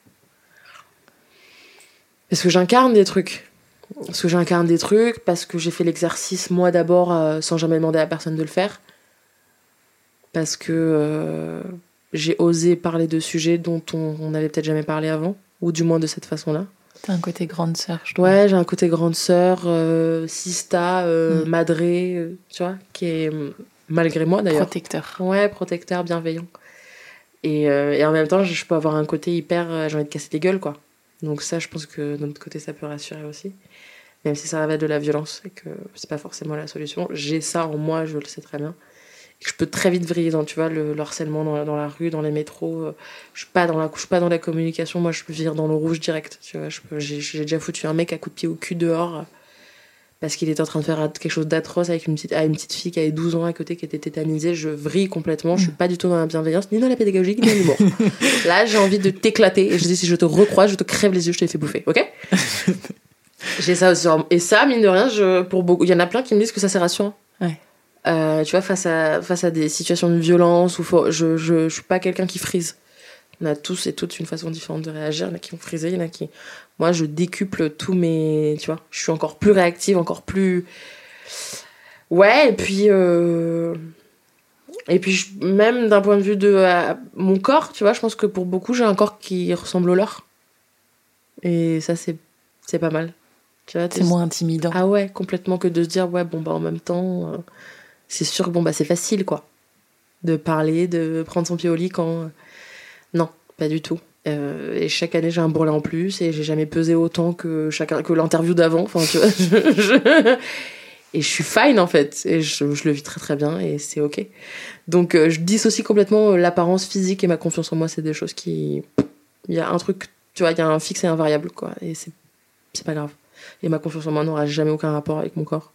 [SPEAKER 2] Parce que j'incarne des trucs. Parce que j'ai fait l'exercice, moi d'abord, sans jamais demander à la personne de le faire. Parce que j'ai osé parler de sujets dont on n'avait peut-être jamais parlé avant, ou du moins de cette façon-là.
[SPEAKER 1] T'as un côté grande sœur, je trouve.
[SPEAKER 2] Ouais, j'ai un côté grande sœur, sista, madré, tu vois, qui est, malgré moi d'ailleurs.
[SPEAKER 1] Protecteur.
[SPEAKER 2] Ouais, protecteur, bienveillant. Et en même temps, je peux avoir un côté hyper... j'ai envie de casser les gueules, quoi. Donc ça, je pense que d'un autre côté, ça peut rassurer aussi. Même si ça révèle de la violence et que c'est pas forcément la solution. J'ai ça en moi, je le sais très bien. Je peux très vite vriller dans, tu vois, le harcèlement dans la rue, dans les métros. Je suis pas dans la communication. Moi, je peux vire dans le rouge direct. Tu vois, j'ai déjà foutu un mec à coup de pied au cul dehors parce qu'il était en train de faire quelque chose d'atroce avec une petite fille qui avait 12 ans à côté, qui était tétanisée. Je vrille complètement. Je suis pas du tout dans la bienveillance, ni dans la pédagogie, ni dans l'humour. Là, j'ai envie de t'éclater. Et je dis, si je te recroise, je te crève les yeux, je te les fais bouffer. Ok? J'ai ça aussi. Et ça, mine de rien, il y en a plein qui me disent que ça c'est rassurant.
[SPEAKER 1] Ouais.
[SPEAKER 2] Tu vois, face à des situations de violence, je suis pas quelqu'un qui frise. On a tous et toutes une façon différente de réagir. Il y en a qui vont friser, il y en a qui... Moi, je décuple tous mes... Tu vois, je suis encore plus réactive, encore plus... Ouais, et puis même d'un point de vue de mon corps, tu vois, je pense que pour beaucoup, j'ai un corps qui ressemble au leur. Et ça, c'est pas mal. Tu vois,
[SPEAKER 1] c'est moins intimidant.
[SPEAKER 2] Ah ouais, complètement, que de se dire, ouais, bon, bah en même temps, c'est sûr que bon, bah c'est facile, quoi. De parler, de prendre son pied au lit quand... Non, pas du tout. Et chaque année, j'ai un bourrelet en plus et j'ai jamais pesé autant que l'interview d'avant. Enfin, tu vois, et je suis fine, en fait. Et je le vis très, très bien et c'est OK. Donc, je dissocie complètement l'apparence physique et ma confiance en moi. C'est des choses qui... Il y a un truc, tu vois, il y a un fixe et un variable, quoi. Et c'est pas grave. Et ma confiance en moi n'aura jamais aucun rapport avec mon corps.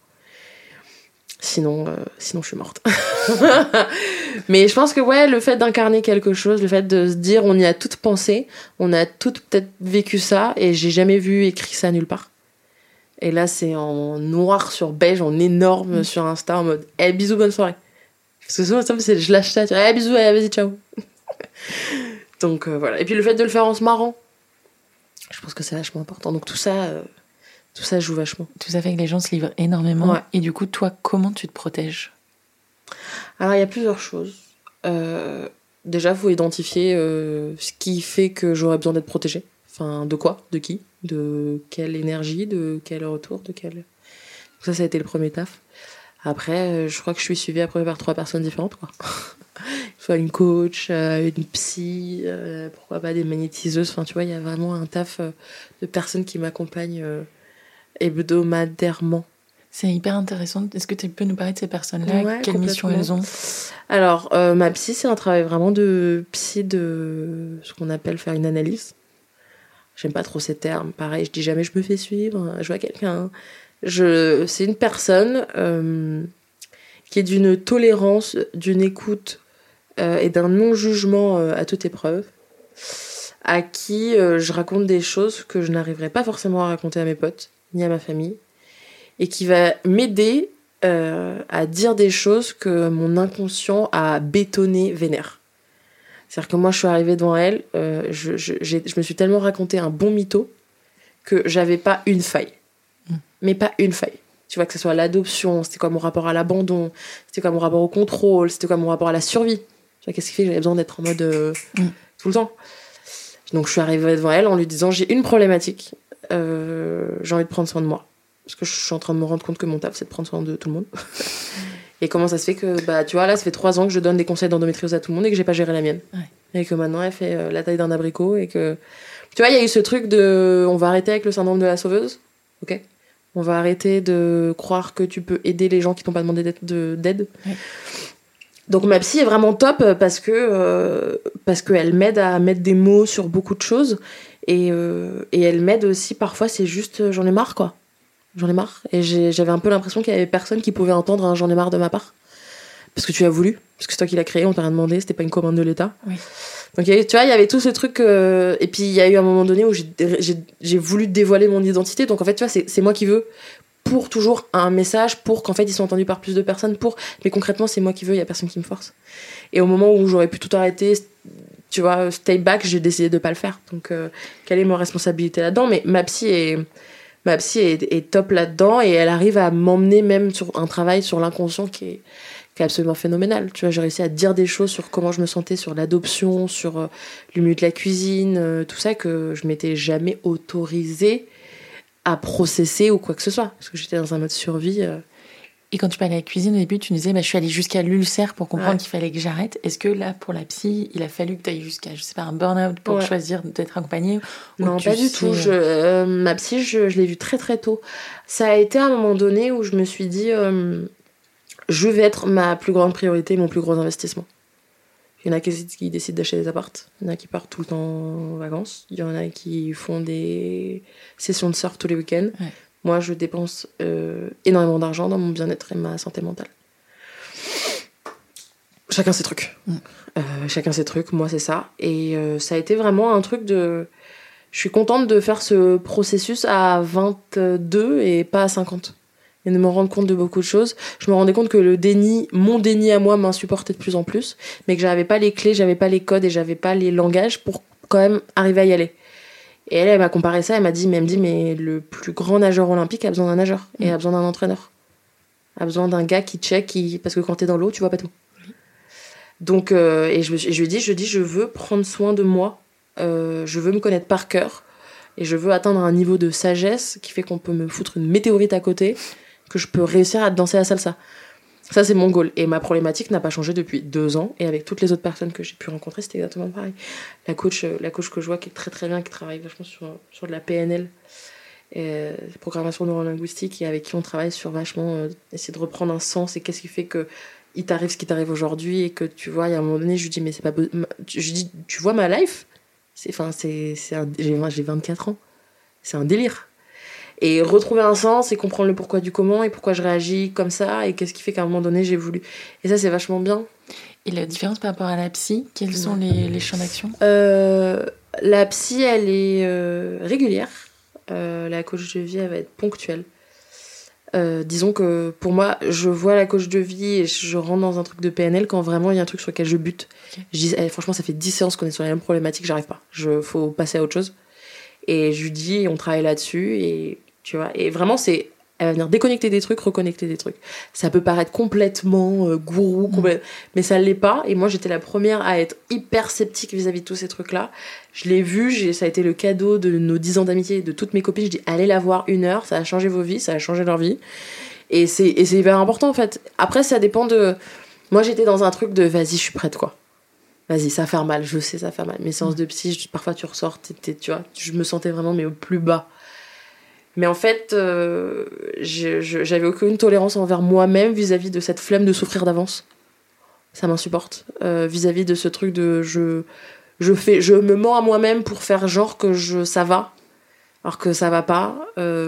[SPEAKER 2] Sinon, je suis morte. Mais je pense que ouais, le fait d'incarner quelque chose, le fait de se dire on y a toutes pensé, on a toutes peut-être vécu ça, et j'ai jamais vu écrit ça nulle part. Et là, c'est en noir sur beige, en énorme sur Insta, en mode hey, bisous, bonne soirée. Parce que souvent, je lâche ça, tu vois, hey, bisous, hey, vas-y, ciao. Donc voilà. Et puis le fait de le faire en se marrant, je pense que c'est vachement important. Donc tout ça joue vachement.
[SPEAKER 1] Tout ça fait que les gens se livrent énormément.
[SPEAKER 2] Ouais.
[SPEAKER 1] Et du coup, toi, comment tu te protèges ?
[SPEAKER 2] Alors, il y a plusieurs choses. Déjà, il faut identifier ce qui fait que j'aurais besoin d'être protégée. Enfin, de quoi ? De qui ? De quelle énergie ? De quel retour ? De quel... Donc ça a été le premier taf. Après, je crois que je suis suivie après par 3 personnes différentes, quoi. Soit une coach, une psy, pourquoi pas des magnétiseuses. Enfin, tu vois, il y a vraiment un taf de personnes qui m'accompagnent hebdomadairement.
[SPEAKER 1] C'est hyper intéressant. Est-ce que tu peux nous parler de ces personnes-là ?
[SPEAKER 2] Ouais,
[SPEAKER 1] quelle mission elles ont ?
[SPEAKER 2] Alors, ma psy, c'est un travail vraiment de psy, de ce qu'on appelle faire une analyse. J'aime pas trop ces termes. Pareil, je dis jamais je me fais suivre. Je vois quelqu'un. C'est une personne qui est d'une tolérance, d'une écoute et d'un non-jugement à toute épreuve, à qui je raconte des choses que je n'arriverai pas forcément à raconter à mes potes, ni à ma famille, et qui va m'aider à dire des choses que mon inconscient a bétonné vénère. C'est-à-dire que moi, je suis arrivée devant elle, je me suis tellement raconté un bon mytho que j'avais pas une faille. Mais pas une faille. Tu vois, que ce soit l'adoption, c'était quoi mon rapport à l'abandon, c'était quoi mon rapport au contrôle, c'était quoi mon rapport à la survie. Tu vois, qu'est-ce qui fait que j'avais besoin d'être en mode tout le temps. Donc, je suis arrivée devant elle en lui disant, j'ai une problématique, j'ai envie de prendre soin de moi. Parce que je suis en train de me rendre compte que mon taf, c'est de prendre soin de tout le monde. Et comment ça se fait que, bah, tu vois, là, ça fait 3 ans que je donne des conseils d'endométriose à tout le monde et que j'ai pas géré la mienne. Ouais. Et que maintenant, elle fait la taille d'un abricot et que... Tu vois, il y a eu ce truc de... On va arrêter avec le syndrome de la sauveuse. Ok ? On va arrêter de croire que tu peux aider les gens qui t'ont pas demandé d'aide. Ouais. Donc, ma psy est vraiment top parce que elle m'aide à mettre des mots sur beaucoup de choses. Et elle m'aide aussi, parfois, c'est juste, j'en ai marre, quoi. J'en ai marre. Et j'avais un peu l'impression qu'il y avait personne qui pouvait entendre un j'en ai marre de ma part. Parce que tu as voulu. Parce que c'est toi qui l'as créé, on t'a rien demandé, c'était pas une commande de l'État. Oui. Donc, tu vois, il y avait tout ce truc. Et puis, il y a eu un moment donné où j'ai voulu dévoiler mon identité. Donc, en fait, tu vois, c'est moi qui veux pour toujours un message, pour qu'en fait, ils soient entendus par plus de personnes. Mais concrètement, c'est moi qui veux, il y a personne qui me force. Et au moment où j'aurais pu tout arrêter, tu vois, stay back, j'ai décidé de pas le faire. Donc, quelle est ma responsabilité là-dedans ? Mais ma psy est top là-dedans et elle arrive à m'emmener même sur un travail sur l'inconscient qui est absolument phénoménal. Tu vois, j'ai réussi à dire des choses sur comment je me sentais, sur l'adoption, sur le milieu de la cuisine, tout ça que je m'étais jamais autorisée à processer ou quoi que ce soit. Parce que j'étais dans un mode survie.
[SPEAKER 1] Et quand tu parlais de la cuisine, au début, tu nous disais, je suis allée jusqu'à l'ulcère pour comprendre qu'il fallait que j'arrête. Est-ce que là, pour la psy, il a fallu que tu ailles jusqu'à, je sais pas, un burn-out pour choisir d'être accompagnée ?
[SPEAKER 2] Non, pas du tout. Ma psy, je l'ai vue très très tôt. Ça a été à un moment donné où je me suis dit, je vais être ma plus grande priorité, mon plus gros investissement. Il y en a qui décident d'acheter des appartes. Il y en a qui partent tout le temps en vacances. Il y en a qui font des sessions de surf tous les week-ends. Ouais. Moi, je dépense énormément d'argent dans mon bien-être et ma santé mentale. Chacun ses trucs. Chacun ses trucs, moi c'est ça. Et ça a été vraiment un truc de... Je suis contente de faire ce processus à 22 et pas à 50. et de me rendre compte de beaucoup de choses. Je me rendais compte que mon déni à moi m'insupportait de plus en plus, mais que j'avais pas les clés, j'avais pas les codes et j'avais pas les langages pour quand même arriver à y aller. Et elle m'a comparé ça, elle me dit, mais le plus grand nageur olympique a besoin d'un nageur et a besoin d'un entraîneur. A besoin d'un gars qui check, parce que quand t'es dans l'eau, tu vois pas tout. Donc, et je lui dis, je veux prendre soin de moi, je veux me connaître par cœur, et je veux atteindre un niveau de sagesse qui fait qu'on peut me foutre une météorite à côté, que je peux réussir à danser la salsa. Ça, c'est mon goal. Et ma problématique n'a pas changé depuis 2 ans, et avec toutes les autres personnes que j'ai pu rencontrer, c'était exactement pareil. La coach que je vois qui est très très bien, qui travaille vachement sur de la PNL, programmation neurolinguistique, et avec qui on travaille sur vachement essayer de reprendre un sens, et qu'est-ce qui fait que il t'arrive ce qui t'arrive aujourd'hui, et que tu vois, il y a un moment donné, je lui dis, mais c'est pas je lui dis, tu vois ma life, j'ai 24 ans, c'est un délire. Et retrouver un sens et comprendre le pourquoi du comment et pourquoi je réagis comme ça et qu'est-ce qui fait qu'à un moment donné j'ai voulu. Et ça, c'est vachement bien.
[SPEAKER 1] Et la différence par rapport à la psy, quels sont les champs d'action ?
[SPEAKER 2] La psy, elle est régulière. La coach de vie, elle va être ponctuelle. Disons que pour moi, je vois la coach de vie et je rentre dans un truc de PNL quand vraiment il y a un truc sur lequel je bute. Okay. Je dis, franchement, ça fait 10 séances qu'on est sur la même problématique, j'arrive pas. Faut passer à autre chose. Et je lui dis, on travaille là-dessus, et tu vois, et vraiment, elle va venir déconnecter des trucs, reconnecter des trucs. Ça peut paraître complètement gourou, mais ça l'est pas. Et moi, j'étais la première à être hyper sceptique vis-à-vis de tous ces trucs-là. Je l'ai vu, ça a été le cadeau de nos 10 ans d'amitié, de toutes mes copines. Je dis, allez la voir 1 heure, ça a changé vos vies, ça a changé leur vie. Et c'est hyper important, en fait. Après, ça dépend de... Moi, j'étais dans un truc de, vas-y, je suis prête, quoi. Vas-y, ça va faire mal, je sais, ça va faire mal. Mes séances de psy, parfois tu ressors, tu vois, je me sentais vraiment mais au plus bas. Mais en fait, j'avais aucune tolérance envers moi-même vis-à-vis de cette flemme de souffrir d'avance. Ça m'insupporte. Vis-à-vis de ce truc de... Je me mens à moi-même pour faire genre que ça va, alors que ça va pas.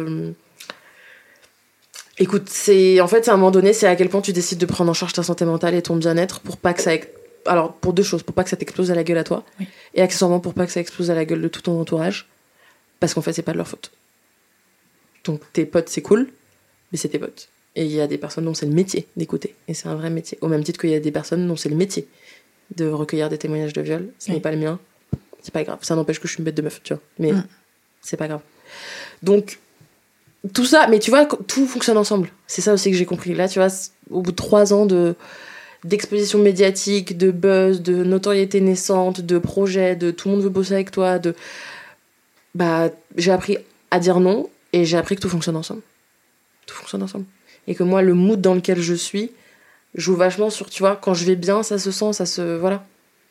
[SPEAKER 2] Écoute, en fait, à un moment donné, c'est à quel point tu décides de prendre en charge ta santé mentale et ton bien-être pour pas que ça... Alors, pour 2 choses. Pour pas que ça t'explose à la gueule à toi. Oui. Et accessoirement, pour pas que ça explose à la gueule de tout ton entourage. Parce qu'en fait, c'est pas de leur faute. Donc, tes potes, c'est cool, mais c'est tes potes. Et il y a des personnes dont c'est le métier d'écouter. Et c'est un vrai métier. Au même titre qu'il y a des personnes dont c'est le métier de recueillir des témoignages de viol. Ce n'est pas le mien. C'est pas grave. Ça n'empêche que je suis une bête de meuf, tu vois. Mais c'est pas grave. Donc, tout ça, mais tu vois, tout fonctionne ensemble. C'est ça aussi que j'ai compris. Là, tu vois, au bout de 3 ans d'exposition médiatique, de buzz, de notoriété naissante, de projets, de tout le monde veut bosser avec toi, j'ai appris à dire non, et j'ai appris que tout fonctionne ensemble. Tout fonctionne ensemble. Et que moi, le mood dans lequel je suis joue vachement sur, tu vois, quand je vais bien, ça se sent, voilà.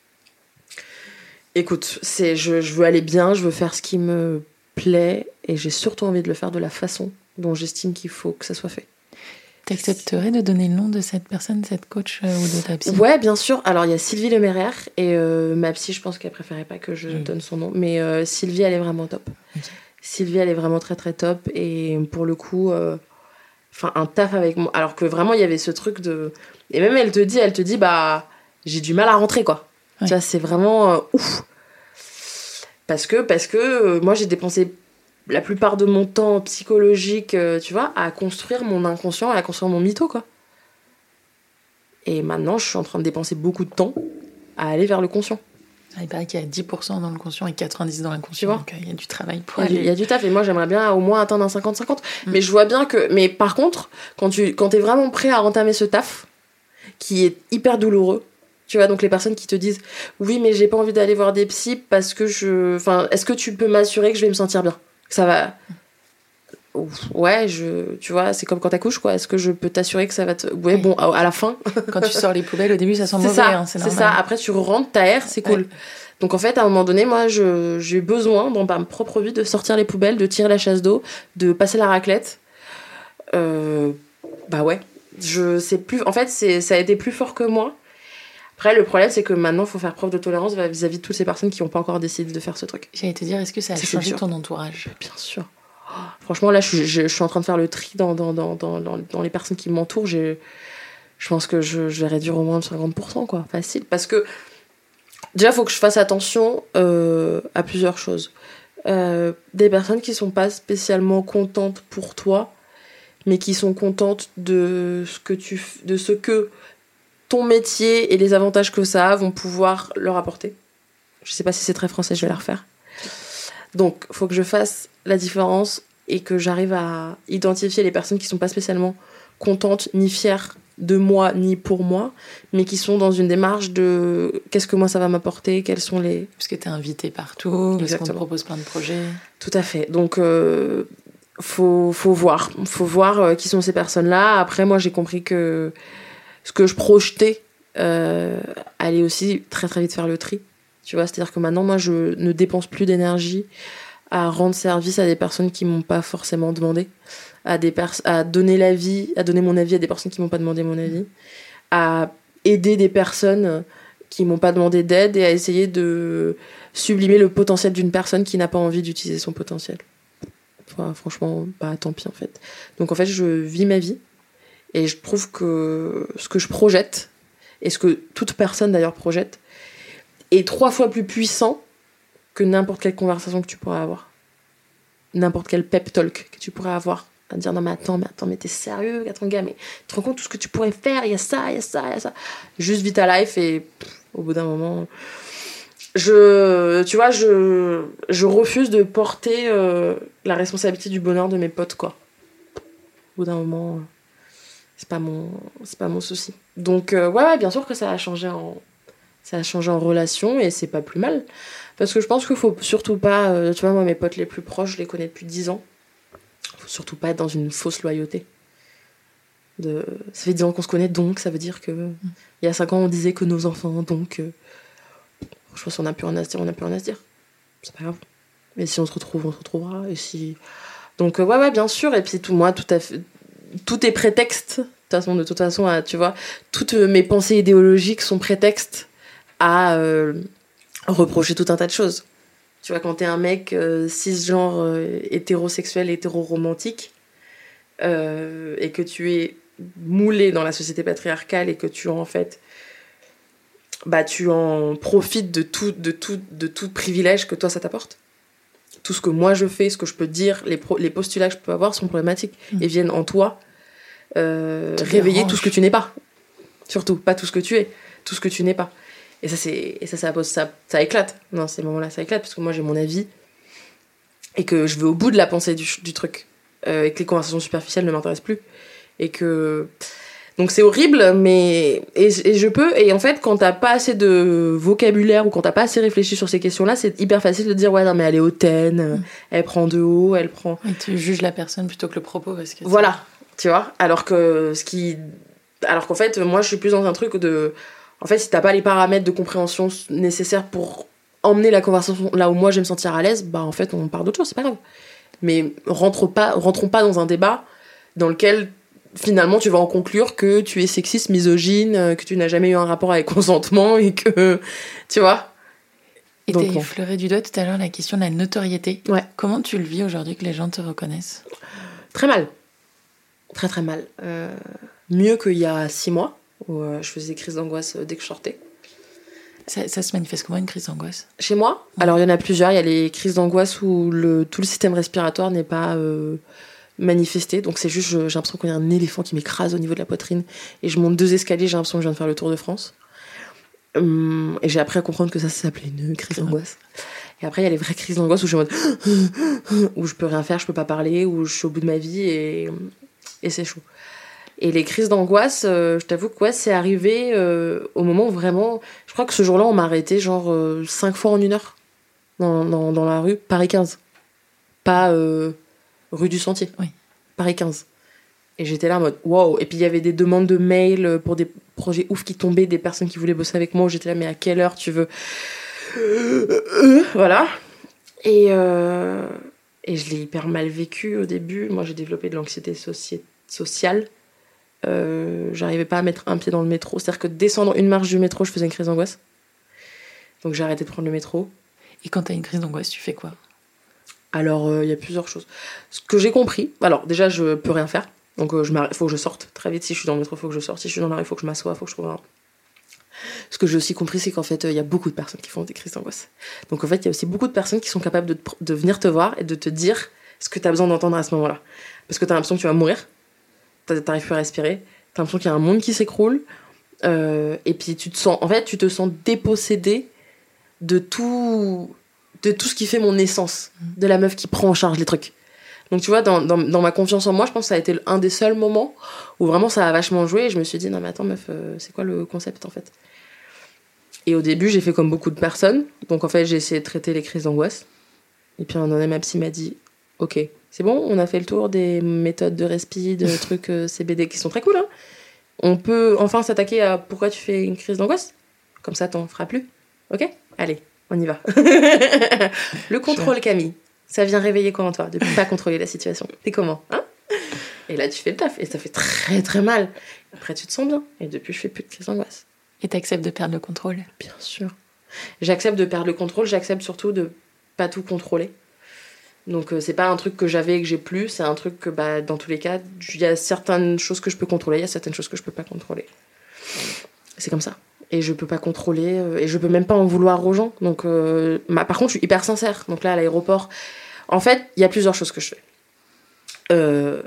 [SPEAKER 2] Écoute, je veux aller bien, je veux faire ce qui me plaît, et j'ai surtout envie de le faire de la façon dont j'estime qu'il faut que ça soit fait.
[SPEAKER 1] T'accepterais de donner le nom de cette personne, cette coach ou de ta psy ?
[SPEAKER 2] Ouais, bien sûr. Alors, il y a Sylvie Leméraire et ma psy, je pense qu'elle préférait pas que je donne son nom. Mais Sylvie, elle est vraiment top. Okay. Sylvie, elle est vraiment très, très top. Et pour le coup, un taf avec moi. Alors que vraiment, il y avait ce truc de... Et même, elle te dit, j'ai du mal à rentrer, quoi. Ouais. Tu vois, c'est vraiment ouf. Parce que moi, j'ai dépensé... la plupart de mon temps psychologique, tu vois, à construire mon inconscient, à construire mon mytho, quoi. Et maintenant, je suis en train de dépenser beaucoup de temps à aller vers le conscient.
[SPEAKER 1] Il paraît qu'il y a 10% dans le conscient et 90% dans l'inconscient, donc il y a du travail pour aller...
[SPEAKER 2] Il y a du taf, et moi, j'aimerais bien au moins atteindre un 50-50. Mais je vois bien que... Mais par contre, quand t'es vraiment prêt à entamer ce taf, qui est hyper douloureux, tu vois, donc les personnes qui te disent « Oui, mais j'ai pas envie d'aller voir des psys parce que est-ce que tu peux m'assurer que je vais me sentir bien ? Ça va... » Ouais, tu vois, c'est comme quand t'accouches, quoi. Est-ce que je peux t'assurer que ça va te... Ouais, bon, à la fin...
[SPEAKER 1] Quand tu sors les poubelles, au début, ça sent mauvais,
[SPEAKER 2] ça,
[SPEAKER 1] c'est normal.
[SPEAKER 2] C'est ça, après tu rentres, t'aères, c'est cool. Ouais. Donc en fait, à un moment donné, moi, j'ai besoin, dans ma propre vie, de sortir les poubelles, de tirer la chasse d'eau, de passer la raclette. Ouais. Je sais plus... En fait, ça a été plus fort que moi. Après, le problème, c'est que maintenant, il faut faire preuve de tolérance vis-à-vis de toutes ces personnes qui n'ont pas encore décidé de faire ce truc.
[SPEAKER 1] J'allais te dire, est-ce que ça a changé ton entourage ?
[SPEAKER 2] Bien sûr. Franchement, là, je suis en train de faire le tri dans les personnes qui m'entourent. Je pense que je vais réduire au moins de 50%, quoi. Facile. Parce que, déjà, il faut que je fasse attention à plusieurs choses. Des personnes qui sont pas spécialement contentes pour toi, mais qui sont contentes de ce que ton métier et les avantages que ça a vont pouvoir leur apporter. Je sais pas si c'est très français, je vais la refaire. Donc, faut que je fasse la différence et que j'arrive à identifier les personnes qui sont pas spécialement contentes ni fières de moi ni pour moi, mais qui sont dans une démarche de qu'est-ce que moi ça va m'apporter, quels sont les...
[SPEAKER 1] Parce que t'es invité partout, parce qu'on te propose plein de projets.
[SPEAKER 2] Tout à fait. Donc, faut voir qui sont ces personnes-là. Après, moi, j'ai compris que ce que je projetais allait aussi très très vite faire le tri. Tu vois, c'est-à-dire que maintenant, moi, je ne dépense plus d'énergie à rendre service à des personnes qui m'ont pas forcément demandé, à donner mon avis à des personnes qui m'ont pas demandé mon avis, à aider des personnes qui m'ont pas demandé d'aide et à essayer de sublimer le potentiel d'une personne qui n'a pas envie d'utiliser son potentiel. Enfin, franchement, bah tant pis en fait. Donc en fait, je vis ma vie et je trouve que ce que je projette et ce que toute personne d'ailleurs projette est 3 fois plus puissant que n'importe quelle conversation que tu pourrais avoir. N'importe quel pep talk que tu pourrais avoir. À dire non mais attends, mais t'es sérieux, attends gars, mais tu te rends compte tout ce que tu pourrais faire, il y a ça. Juste vis ta life et au bout d'un moment... Je refuse de porter la responsabilité du bonheur de mes potes, quoi. Au bout d'un moment, c'est pas mon souci. Donc, ouais, bien sûr que ça a changé en relation et c'est pas plus mal. Parce que je pense qu'il faut surtout pas, tu vois, moi, mes potes les plus proches, je les connais depuis 10 ans. Faut surtout pas être dans une fausse loyauté. Ça fait 10 ans qu'on se connaît, donc ça veut dire que il y a 5 ans, on disait que nos enfants, donc... Je pense qu'on n'a plus rien à se dire, c'est pas grave. Mais si on se retrouve, on se retrouvera. Et si... Donc, ouais, bien sûr. Et puis, tout est prétexte. De toute façon, tu vois, toutes mes pensées idéologiques sont prétextes à reprocher tout un tas de choses. Tu vois, quand t'es un mec cisgenre, hétérosexuel, hétéroromantique, et que tu es moulé dans la société patriarcale et que tu en fait... bah tu en profites de tout privilège que toi ça t'apporte. Tout ce que moi je fais, ce que je peux dire, les postulats que je peux avoir sont problématiques et viennent en toi réveiller tout ce que tu n'es pas. Surtout, pas tout ce que tu es, tout ce que tu n'es pas. Et ça éclate. Dans ces moments-là, ça éclate parce que moi j'ai mon avis et que je vais au bout de la pensée du truc et que les conversations superficielles ne m'intéressent plus et que... Donc c'est horrible, mais... Et en fait, quand t'as pas assez de vocabulaire ou quand t'as pas assez réfléchi sur ces questions-là, c'est hyper facile de dire « Ouais, non, mais elle est hautaine, elle prend de haut, elle prend... »
[SPEAKER 1] Et tu juges la personne plutôt que le propos, parce que...
[SPEAKER 2] Voilà, tu vois. Alors qu'en fait, moi, je suis plus dans un truc de... En fait, si t'as pas les paramètres de compréhension nécessaires pour emmener la conversation là où moi, je vais me sentir à l'aise, bah en fait, on parle d'autre chose, c'est pas grave. Mais rentrons pas dans un débat dans lequel... Finalement, tu vas en conclure que tu es sexiste, misogyne, que tu n'as jamais eu un rapport avec consentement et que... Tu vois.
[SPEAKER 1] Et t'as effleuré du doigt tout à l'heure la question de la notoriété.
[SPEAKER 2] Ouais.
[SPEAKER 1] Comment tu le vis aujourd'hui que les gens te reconnaissent ?
[SPEAKER 2] Très mal. Très, très mal. Mieux qu'il y a 6 mois, où je faisais des crises d'angoisse dès que je sortais.
[SPEAKER 1] Ça se manifeste comment, une crise d'angoisse ?
[SPEAKER 2] Chez moi ? Alors, il y en a plusieurs. Il y a les crises d'angoisse où tout le système respiratoire n'est pas... manifester, donc c'est juste j'ai l'impression qu'il y a un éléphant qui m'écrase au niveau de la poitrine et je monte 2 escaliers, j'ai l'impression que je viens de faire le tour de France et j'ai appris à comprendre que ça s'appelait une crise d'angoisse. Et après il y a les vraies crises d'angoisse où je suis en mode où je peux rien faire, je peux pas parler, où je suis au bout de ma vie et c'est chaud. Et les crises d'angoisse, je t'avoue que ouais, c'est arrivé au moment où vraiment, je crois que ce jour-là on m'a arrêté genre 5 fois en 1 heure dans la rue, Paris 15, pas rue du Sentier,
[SPEAKER 1] oui.
[SPEAKER 2] Paris 15. Et j'étais là en mode wow. Et puis il y avait des demandes de mails pour des projets ouf qui tombaient, des personnes qui voulaient bosser avec moi. J'étais là, mais à quelle heure tu veux voilà. Et je l'ai hyper mal vécu au début. Moi, j'ai développé de l'anxiété sociale. J'arrivais pas à mettre un pied dans le métro. C'est-à-dire que descendre une marche du métro, je faisais une crise d'angoisse. Donc j'ai arrêté de prendre le métro.
[SPEAKER 1] Et quand t'as une crise d'angoisse, tu fais quoi ?
[SPEAKER 2] Alors, il y a plusieurs choses. Ce que j'ai compris, alors déjà, je peux rien faire. Donc, faut que je sorte très vite. Si je suis dans le métro, il faut que je sorte. Si je suis dans la rue, il faut que je m'assoie, il faut que je trouve un... Ce que j'ai aussi compris, c'est qu'en fait, il y a beaucoup de personnes qui font des crises d'angoisse. Donc, en fait, il y a aussi beaucoup de personnes qui sont capables de venir te voir et de te dire ce que tu as besoin d'entendre à ce moment-là. Parce que tu as l'impression que tu vas mourir. t'arrives plus à respirer, t'as l'impression qu'il y a un monde qui s'écroule, et puis tu te sens dépossédé de tout ce qui fait mon essence, de la meuf qui prend en charge les trucs. Donc tu vois, dans ma confiance en moi, je pense que ça a été un des seuls moments où vraiment ça a vachement joué, et je me suis dit, non mais attends meuf, c'est quoi le concept en fait? Et au début, j'ai fait comme beaucoup de personnes, donc en fait j'ai essayé de traiter les crises d'angoisse, et puis un moment donné, ma psy m'a dit, ok, c'est bon, on a fait le tour des méthodes de respi, de trucs CBD qui sont très cool, hein. On peut enfin s'attaquer à pourquoi tu fais une crise d'angoisse, comme ça t'en feras plus, ok? Allez, on y va. Le contrôle, Camille. Ça vient réveiller quoi en toi, de ne pas contrôler la situation? T'es comment, hein? Et là, tu fais le taf, et ça fait très très mal. Après, tu te sens bien, et depuis, je fais plus de crise d'angoisse.
[SPEAKER 1] Et t'acceptes de perdre le contrôle?
[SPEAKER 2] Bien sûr. J'accepte de perdre le contrôle, j'accepte surtout de pas tout contrôler. Donc, c'est pas un truc que j'avais et que j'ai plus, c'est un truc que, dans tous les cas, il y a certaines choses que je peux contrôler, il y a certaines choses que je peux pas contrôler. C'est comme ça. Et je peux pas contrôler, et je peux même pas en vouloir aux gens. Donc, par contre, je suis hyper sincère. Donc là, à l'aéroport, en fait, il y a plusieurs choses que je fais.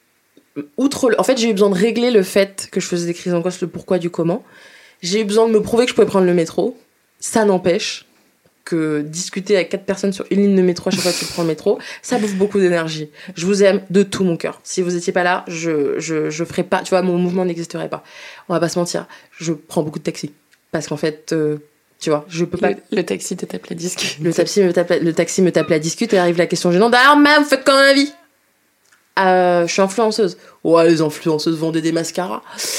[SPEAKER 2] En fait, j'ai eu besoin de régler le fait que je faisais des crises d'angoisse, le pourquoi du comment. J'ai eu besoin de me prouver que je pouvais prendre le métro. Ça n'empêche que discuter avec 4 personnes sur une ligne de métro à chaque fois que tu prends le métro, ça bouffe beaucoup d'énergie. Je vous aime de tout mon cœur. Si vous étiez pas là, je ferais pas, tu vois, mon mouvement n'existerait pas. On va pas se mentir. Je prends beaucoup de taxis. Parce qu'en fait, tu vois, je peux pas.
[SPEAKER 1] Le taxi te tape la discute.
[SPEAKER 2] Le taxi me tape la discute et arrive la question gênante. Alors, madame, vous faites quoi dans la vie? Je suis influenceuse. Ouais, les influenceuses vendaient des mascaras.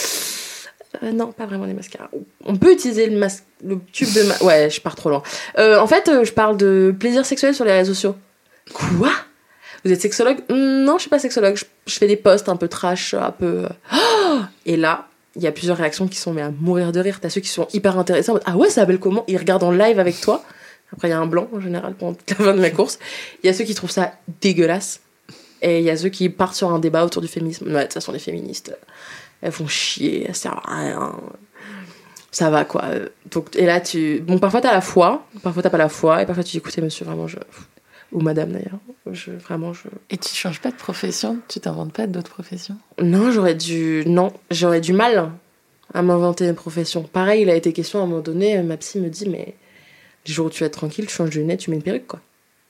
[SPEAKER 2] Non, pas vraiment des mascaras. On peut utiliser le tube de ouais, je pars trop loin. En fait, je parle de plaisir sexuel sur les réseaux sociaux. Quoi? Vous êtes sexologue? Non, je suis pas sexologue. Je fais des posts un peu trash, un peu... Et là, il y a plusieurs réactions qui sont mais à mourir de rire. T'as ceux qui sont hyper intéressés en mode, ah ouais, ça s'appelle comment? Ils regardent en live avec toi. Après, il y a un blanc en général pendant toute la fin de la course. Il y a ceux qui trouvent ça dégueulasse. Et il y a ceux qui partent sur un débat autour du féminisme. Ouais, de toute façon, les féministes... elles font chier, elles servent à rien. Ça va, quoi. Donc, et là, parfois t'as la foi, parfois t'as pas la foi, et parfois tu dis, écoutez, monsieur, vraiment, ou madame, d'ailleurs.
[SPEAKER 1] Et tu changes pas de profession? Tu t'inventes pas d'autres professions?
[SPEAKER 2] Non, j'aurais du mal à m'inventer une profession. Pareil, il a été question à un moment donné, ma psy me dit, mais les jours où tu vas être tranquille, tu changes de lunettes, tu mets une perruque, quoi.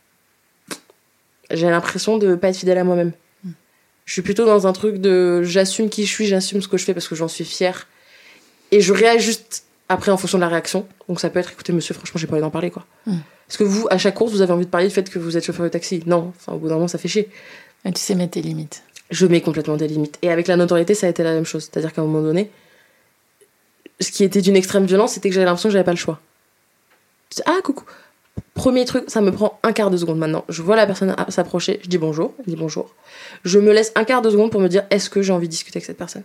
[SPEAKER 2] J'ai l'impression de pas être fidèle à moi-même. Je suis plutôt dans un truc de j'assume qui je suis, j'assume ce que je fais parce que j'en suis fière. Et je réajuste après en fonction de la réaction. Donc ça peut être, écoutez monsieur, franchement, j'ai pas envie d'en parler, quoi. Parce que vous, à chaque course, vous avez envie de parler du fait que vous êtes chauffeur de taxi. Non, enfin, au bout d'un moment, ça fait chier.
[SPEAKER 1] Et tu sais mettre tes limites.
[SPEAKER 2] Je mets complètement des limites. Et avec la notoriété, ça a été la même chose. C'est-à-dire qu'à un moment donné, ce qui était d'une extrême violence, c'était que j'avais l'impression que j'avais pas le choix. Ah, coucou. Premier truc, ça me prend un quart de seconde maintenant. Je vois la personne s'approcher, je dis bonjour, elle dit bonjour. Je me laisse un quart de seconde pour me dire est-ce que j'ai envie de discuter avec cette personne?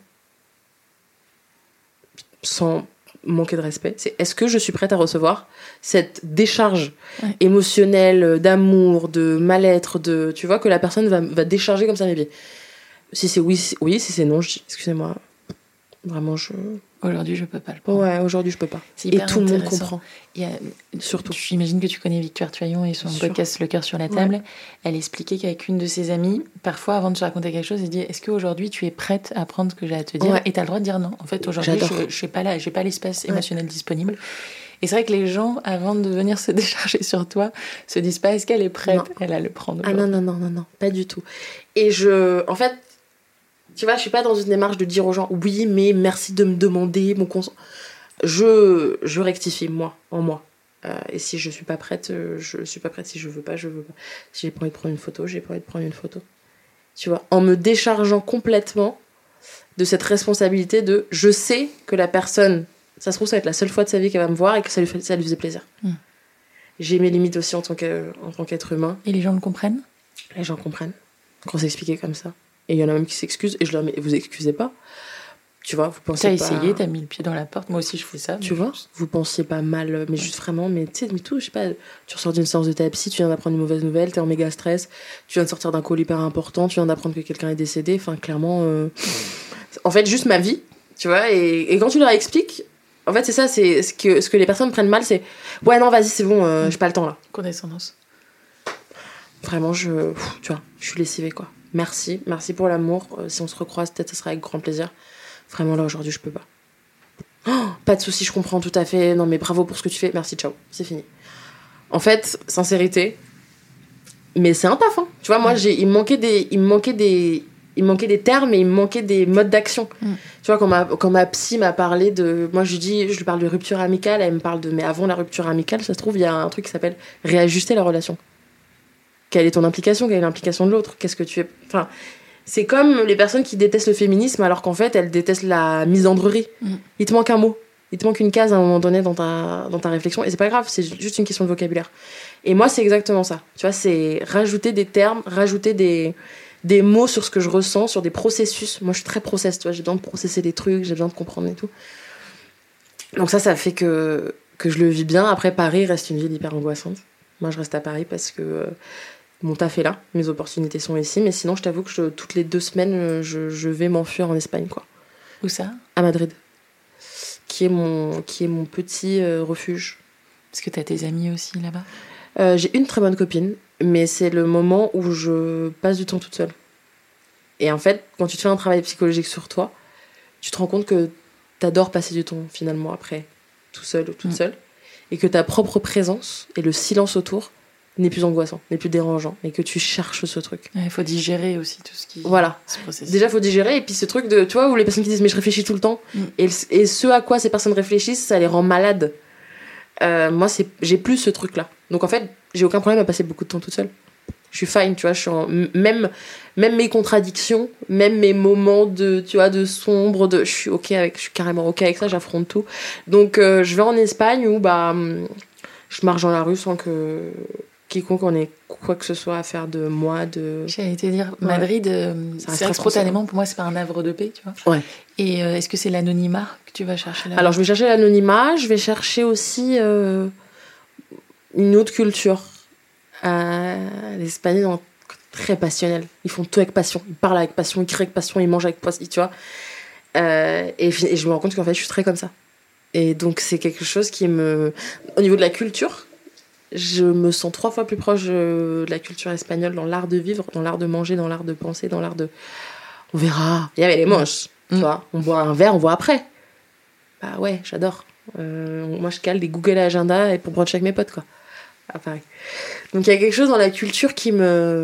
[SPEAKER 2] Sans manquer de respect. C'est est-ce que je suis prête à recevoir cette décharge émotionnelle, d'amour, de mal-être, tu vois, que la personne va décharger comme ça mes pieds. Si c'est oui, si c'est non, je dis excusez-moi. Vraiment,
[SPEAKER 1] Aujourd'hui, je peux pas le prendre.
[SPEAKER 2] Ouais, aujourd'hui, je peux pas.
[SPEAKER 1] Et
[SPEAKER 2] tout le monde comprend.
[SPEAKER 1] Surtout. J'imagine que tu connais Victoire Tuaillon et son podcast Le cœur sur la table. Ouais. Elle expliquait qu'avec une de ses amies, parfois, avant de te raconter quelque chose, elle dit est-ce qu'aujourd'hui, tu es prête à prendre ce que j'ai à te dire? Et t'as le droit de dire non. En fait, aujourd'hui, je suis pas là, j'ai pas l'espace émotionnel disponible. Et c'est vrai que les gens, avant de venir se décharger sur toi, se disent pas est-ce qu'elle est prête, elle, à le prendre.
[SPEAKER 2] Ah non, pas du tout. Et en fait, tu vois, je suis pas dans une démarche de dire aux gens oui, mais merci de me demander mon consent. Je rectifie en moi. Et si je suis pas prête, je suis pas prête. Si je veux pas, je veux pas. Si j'ai pas envie de prendre une photo, j'ai pas envie de prendre une photo. Tu vois, en me déchargeant complètement de cette responsabilité de je sais que la personne, ça se trouve, ça va être la seule fois de sa vie qu'elle va me voir et que ça lui faisait plaisir. J'ai mes limites aussi en tant qu'être humain.
[SPEAKER 1] Et les gens le comprennent?
[SPEAKER 2] Les gens comprennent. Quand c'est expliqué comme ça. Et il y en a même qui s'excusent, et je leur dis, vous excusez pas. Tu vois, vous pensez
[SPEAKER 1] pas... T'as essayé, t'as mis le pied dans la porte, moi aussi je fais ça.
[SPEAKER 2] Tu vois, vous pensiez pas mal, mais juste vraiment, mais tu sais, mais tout, je sais pas, tu ressors d'une séance de ta psy, tu viens d'apprendre une mauvaise nouvelle, t'es en méga stress, tu viens de sortir d'un call hyper important, tu viens d'apprendre que quelqu'un est décédé, enfin, clairement, en fait, juste ma vie, tu vois, et quand tu leur expliques, en fait, c'est ça, c'est ce que les personnes prennent mal, c'est, ouais, non, vas-y, c'est bon, j'ai pas le temps, là.
[SPEAKER 1] Condescendance.
[SPEAKER 2] vraiment, tu vois, je suis lessivée, quoi. Merci pour l'amour. Si on se recroise, peut-être, ça sera avec grand plaisir. Vraiment, là, aujourd'hui, je peux pas. Oh, pas de souci, je comprends tout à fait. Non, mais bravo pour ce que tu fais. Merci, ciao. C'est fini. En fait, sincérité, mais c'est un taf, hein. Tu vois, moi, il me manquait des termes et il me manquait des modes d'action. Tu vois, quand ma psy m'a parlé de... Moi, je lui parle de rupture amicale, elle me parle de... Mais avant la rupture amicale, ça se trouve, il y a un truc qui s'appelle réajuster la relation. Quelle est ton implication? Quelle est l'implication de l'autre? Qu'est-ce que tu es... Enfin, c'est comme les personnes qui détestent le féminisme alors qu'en fait, elles détestent la misandrerie. Il te manque un mot. Il te manque une case à un moment donné dans ta réflexion. Et c'est pas grave, c'est juste une question de vocabulaire. Et moi, c'est exactement ça. Tu vois, c'est rajouter des termes, rajouter des mots sur ce que je ressens, sur des processus. Moi, je suis très process, tu vois. J'ai besoin de processer des trucs, j'ai besoin de comprendre et tout. Donc ça fait que je le vis bien. Après, Paris reste une ville hyper angoissante. Moi, je reste à Paris parce que mon taf est là, mes opportunités sont ici. Mais sinon, je t'avoue que toutes les 2 semaines, je vais m'enfuir en Espagne, quoi.
[SPEAKER 1] Où ça?
[SPEAKER 2] À Madrid. Qui est mon petit refuge.
[SPEAKER 1] Parce que t'as tes amis aussi là-bas?
[SPEAKER 2] J'ai une très bonne copine, mais c'est le moment où je passe du temps toute seule. Et en fait, quand tu te fais un travail psychologique sur toi, tu te rends compte que t'adores passer du temps finalement après, tout seul ou toute seule, et que ta propre présence et le silence autour n'est plus angoissant, n'est plus dérangeant, et que tu cherches ce truc.
[SPEAKER 1] Il faut digérer aussi tout ce qui...
[SPEAKER 2] Voilà. Déjà, il faut digérer, et puis ce truc de, tu vois, où les personnes qui disent « mais je réfléchis tout le temps et ce à quoi ces personnes réfléchissent, ça les rend malades. Moi, j'ai plus ce truc-là. Donc en fait, j'ai aucun problème à passer beaucoup de temps toute seule. Je suis fine, tu vois, même mes contradictions, même mes moments de, tu vois, de sombre, je suis carrément ok avec ça, j'affronte tout. Donc je vais en Espagne où je marche dans la rue sans que quiconque en ait quoi que ce soit à faire de moi.
[SPEAKER 1] J'allais te dire, Madrid, c'est vrai, spontanément, pour moi, c'est pas un havre de paix, tu vois.
[SPEAKER 2] Ouais.
[SPEAKER 1] Et est-ce que c'est l'anonymat que tu vas chercher là?
[SPEAKER 2] Alors, je vais chercher l'anonymat, je vais chercher aussi une autre culture. Les Espagnols sont très passionnels. Ils font tout avec passion. Ils parlent avec passion, ils crient avec passion, ils mangent avec passion, tu vois. Et je me rends compte qu'en fait, je suis très comme ça. Et donc, c'est quelque chose qui au niveau de la culture, je me sens 3 fois plus proche de la culture espagnole dans l'art de vivre, dans l'art de manger, dans l'art de penser, dans l'art de... On verra. Il y avait les manches, tu vois. On boit un verre, on voit après. Bah ouais, j'adore. Moi, je cale des Google Agenda et pour brunch avec mes potes, quoi. À Paris. Donc, il y a quelque chose dans la culture qui me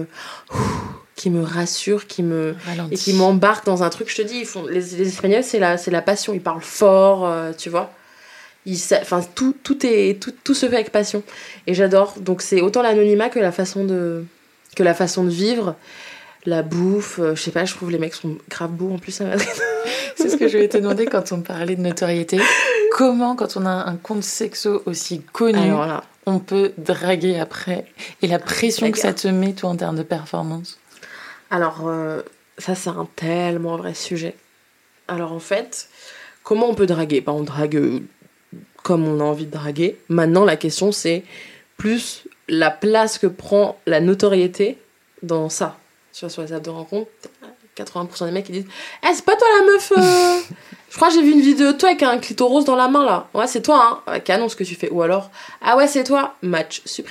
[SPEAKER 2] rassure, et qui m'embarque dans un truc. Je te dis, les Espagnols, c'est la passion. Ils parlent fort, tu vois. Tout se fait avec passion. Et j'adore. Donc, c'est autant l'anonymat que la façon de vivre. La bouffe, je sais pas, je trouve les mecs sont grave beaux en plus à Madrid.
[SPEAKER 1] C'est ce que je vais te demander quand on parlait de notoriété. Comment, quand on a un compte sexo aussi connu, alors là, on peut draguer après? Et la pression que ça te met, toi, en termes de performance?
[SPEAKER 2] Alors, ça, c'est un tellement vrai sujet. Alors, en fait, comment on peut draguer? On drague comme on a envie de draguer. Maintenant, la question, c'est plus la place que prend la notoriété dans ça. Sur les apps de rencontre, 80% des mecs qui disent « c'est pas toi la meuf je crois que j'ai vu une vidéo de toi avec un clitoros dans la main, là. Ouais, c'est toi, hein. Canon ce que tu fais. » Ou alors « Ah ouais, c'est toi. Match supprimé. »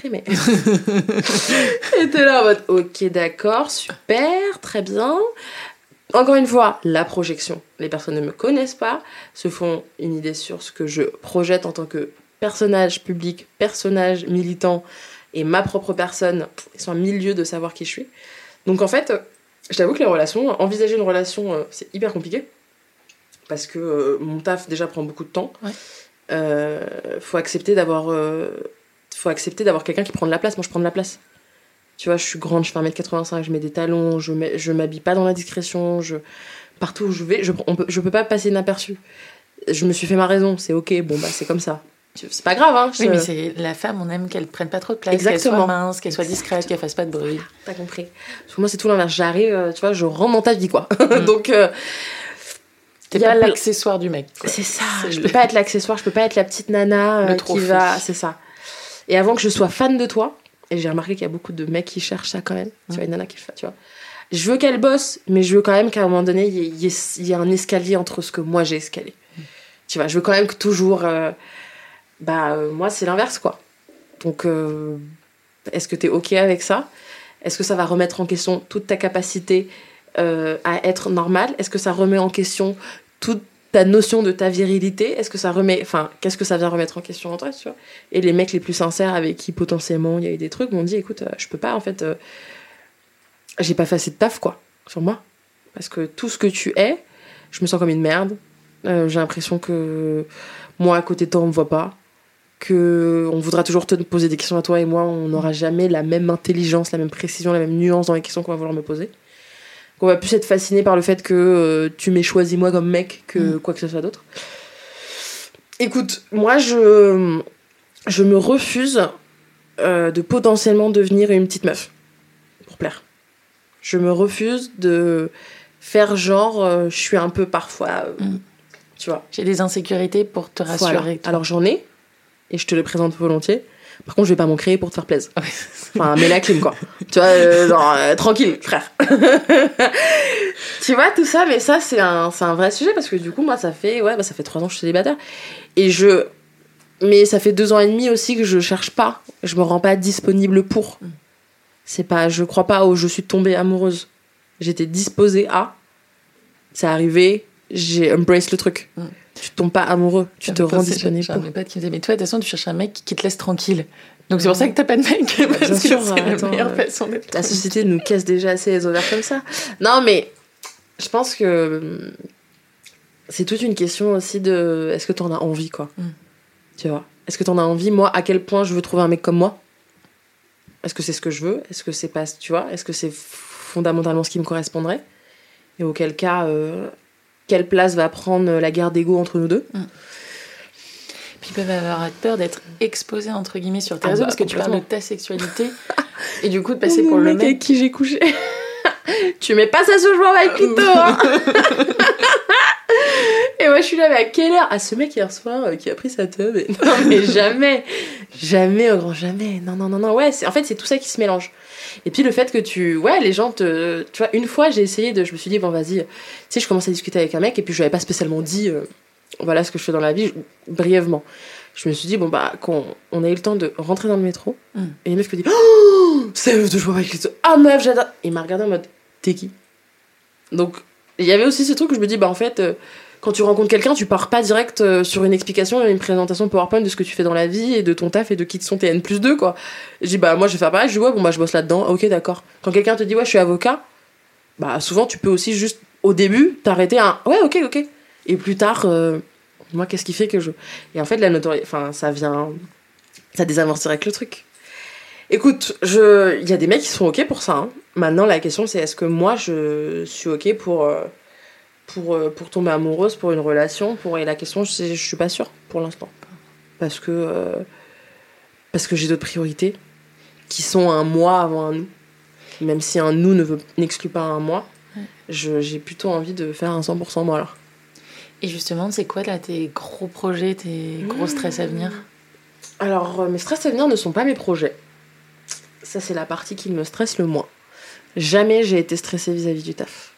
[SPEAKER 2] Et t'es là en mode « Ok, d'accord, super, très bien. » Encore une fois, la projection. Les personnes ne me connaissent pas, se font une idée sur ce que je projette en tant que personnage public, personnage militant, et ma propre personne. Ils sont à 1000 lieues de savoir qui je suis. Donc en fait, je t'avoue que envisager une relation, c'est hyper compliqué. Parce que mon taf déjà prend beaucoup de temps. Ouais. Faut accepter d'avoir quelqu'un qui prend de la place. Moi, je prends de la place. Tu vois, je suis grande, je fais 1m85, je mets des talons, je m'habille pas dans la discrétion. Partout où je vais, je peux pas passer inaperçu. Je me suis fait ma raison, c'est ok, c'est comme ça. C'est pas grave, hein.
[SPEAKER 1] Oui, mais c'est la femme, on aime qu'elle prenne pas trop de place,
[SPEAKER 2] exactement.
[SPEAKER 1] Qu'elle soit mince, qu'elle soit discrète, qu'elle fasse pas de bruit.
[SPEAKER 2] T'as compris. Parce que moi, c'est tout l'inverse. J'arrive, tu vois, je rentre dans ta vie, quoi. Donc,
[SPEAKER 1] t'es pas l'accessoire du mec, quoi.
[SPEAKER 2] C'est ça. Je peux pas être l'accessoire, je peux pas être la petite nana qui va. C'est ça. Et avant que je sois fan de toi, et j'ai remarqué qu'il y a beaucoup de mecs qui cherchent ça quand même. Tu vois, une nana qui le fait, tu vois. Je veux qu'elle bosse, mais je veux quand même qu'à un moment donné, il y ait un escalier entre ce que moi j'ai escalé. Tu vois, je veux quand même que toujours. Moi, c'est l'inverse, quoi. Donc, est-ce que t'es ok avec ça? Est-ce que ça va remettre en question toute ta capacité à être normale? Est-ce que ça remet en question toute ta notion de ta virilité? Est-ce que ça remet... Enfin, qu'est-ce que ça vient remettre en question en toi, tu vois? Et les mecs les plus sincères avec qui potentiellement il y a eu des trucs m'ont dit, écoute, je peux pas, en fait... j'ai pas fait assez de taf, quoi, sur moi. Parce que tout ce que tu es, je me sens comme une merde. J'ai l'impression que moi, à côté de toi, on me voit pas. On voudra toujours te poser des questions à toi et moi, on n'aura jamais la même intelligence, la même précision, la même nuance dans les questions qu'on va vouloir me poser. Qu'on va plus être fasciné par le fait que tu m'aies choisi moi comme mec que quoi que ce soit d'autre. Écoute, moi, je me refuse de potentiellement devenir une petite meuf pour plaire. Je me refuse de faire genre, je suis un peu parfois, tu vois.
[SPEAKER 1] J'ai des insécurités pour te rassurer.
[SPEAKER 2] Voilà. Alors j'en ai, et je te les présente volontiers. Par contre, je vais pas m'en créer pour te faire plaisir. Enfin, mets la clim, quoi. Tu vois, genre, tranquille, frère. Tu vois, tout ça, mais ça, c'est un vrai sujet, parce que du coup, moi, ça fait 3 ans que je suis célibataire. Mais ça fait 2 ans et demi aussi que je cherche pas. Je me rends pas disponible pour. C'est pas, je crois pas au je suis tombée amoureuse. J'étais disposée à. C'est arrivé, j'ai embrace le truc. Tu tombes pas amoureux, tu te rends disponible.
[SPEAKER 1] J'ai un pote qui me disait, mais toi, de toute façon, tu cherches un mec qui te laisse tranquille. Donc c'est pour ça que t'as pas de mec. Parce
[SPEAKER 2] bien sûr,
[SPEAKER 1] que c'est la meilleure façon d'être
[SPEAKER 2] la société nous casse déjà assez les ovaires comme ça. Non, mais je pense que c'est toute une question aussi de est-ce que t'en as envie, quoi. Tu vois, est-ce que t'en as envie? Moi, à quel point je veux trouver un mec comme moi? Est-ce que c'est ce que je veux? Est-ce que c'est pas, tu vois, est-ce que c'est fondamentalement ce qui me correspondrait? Et auquel cas, quelle place va prendre la guerre d'ego entre nous deux?
[SPEAKER 1] Puis ils peuvent avoir peur d'être exposés, entre guillemets, sur tes réseaux, parce que tu parles de ta sexualité, et du coup de passer pour le mec
[SPEAKER 2] avec qui j'ai couché. Tu mets pas ça ce jour avec Clito, hein. Et moi je suis là, mais à quelle heure? Ah, ce mec hier soir qui a pris sa teub. Et... Non, mais jamais, au grand jamais. Non. Ouais, en fait, c'est tout ça qui se mélange. Et puis le fait que les gens tu vois, une fois j'ai essayé je me suis dit, bon, vas-y, tu sais, je commence à discuter avec un mec, et puis je lui avais pas spécialement dit, voilà ce que je fais dans la vie, brièvement. Je me suis dit, bon, bah, quand on a eu le temps de rentrer dans le métro, et une meuf me dit, oh, c'est la meuf de jouer avec les autres. Ah, meuf, j'adore. Et il m'a regardé en mode, t'es qui? Donc, il y avait aussi ce truc où je me dis, bah, en fait, quand tu rencontres quelqu'un, tu pars pas direct sur une explication et une présentation PowerPoint de ce que tu fais dans la vie et de ton taf et de qui sont tes N+2, quoi. Je dis, bah, moi, je vais faire pareil. Je dis, ouais, bon, bah, je bosse là-dedans. Ok, d'accord. Quand quelqu'un te dit, ouais, je suis avocat, bah, souvent, tu peux aussi juste, au début, t'arrêter à un, ouais, ok. Et plus tard, moi, qu'est-ce qui fait que je... Et en fait, la notoriété, enfin, ça désamorce avec le truc. Écoute, il y a des mecs qui sont ok pour ça, hein. Maintenant, la question, c'est est-ce que moi, je suis ok pour tomber amoureuse, pour une relation, et la question, je suis pas sûre pour l'instant. Parce que j'ai d'autres priorités qui sont un moi avant un nous. Même si un nous n'exclut pas un moi, j'ai plutôt envie de faire un 100% moi, là.
[SPEAKER 1] Et justement, c'est quoi là tes gros projets, tes gros stress à venir?
[SPEAKER 2] Alors, mes stress à venir ne sont pas mes projets. Ça, c'est la partie qui me stresse le moins. Jamais j'ai été stressée vis-à-vis du taf.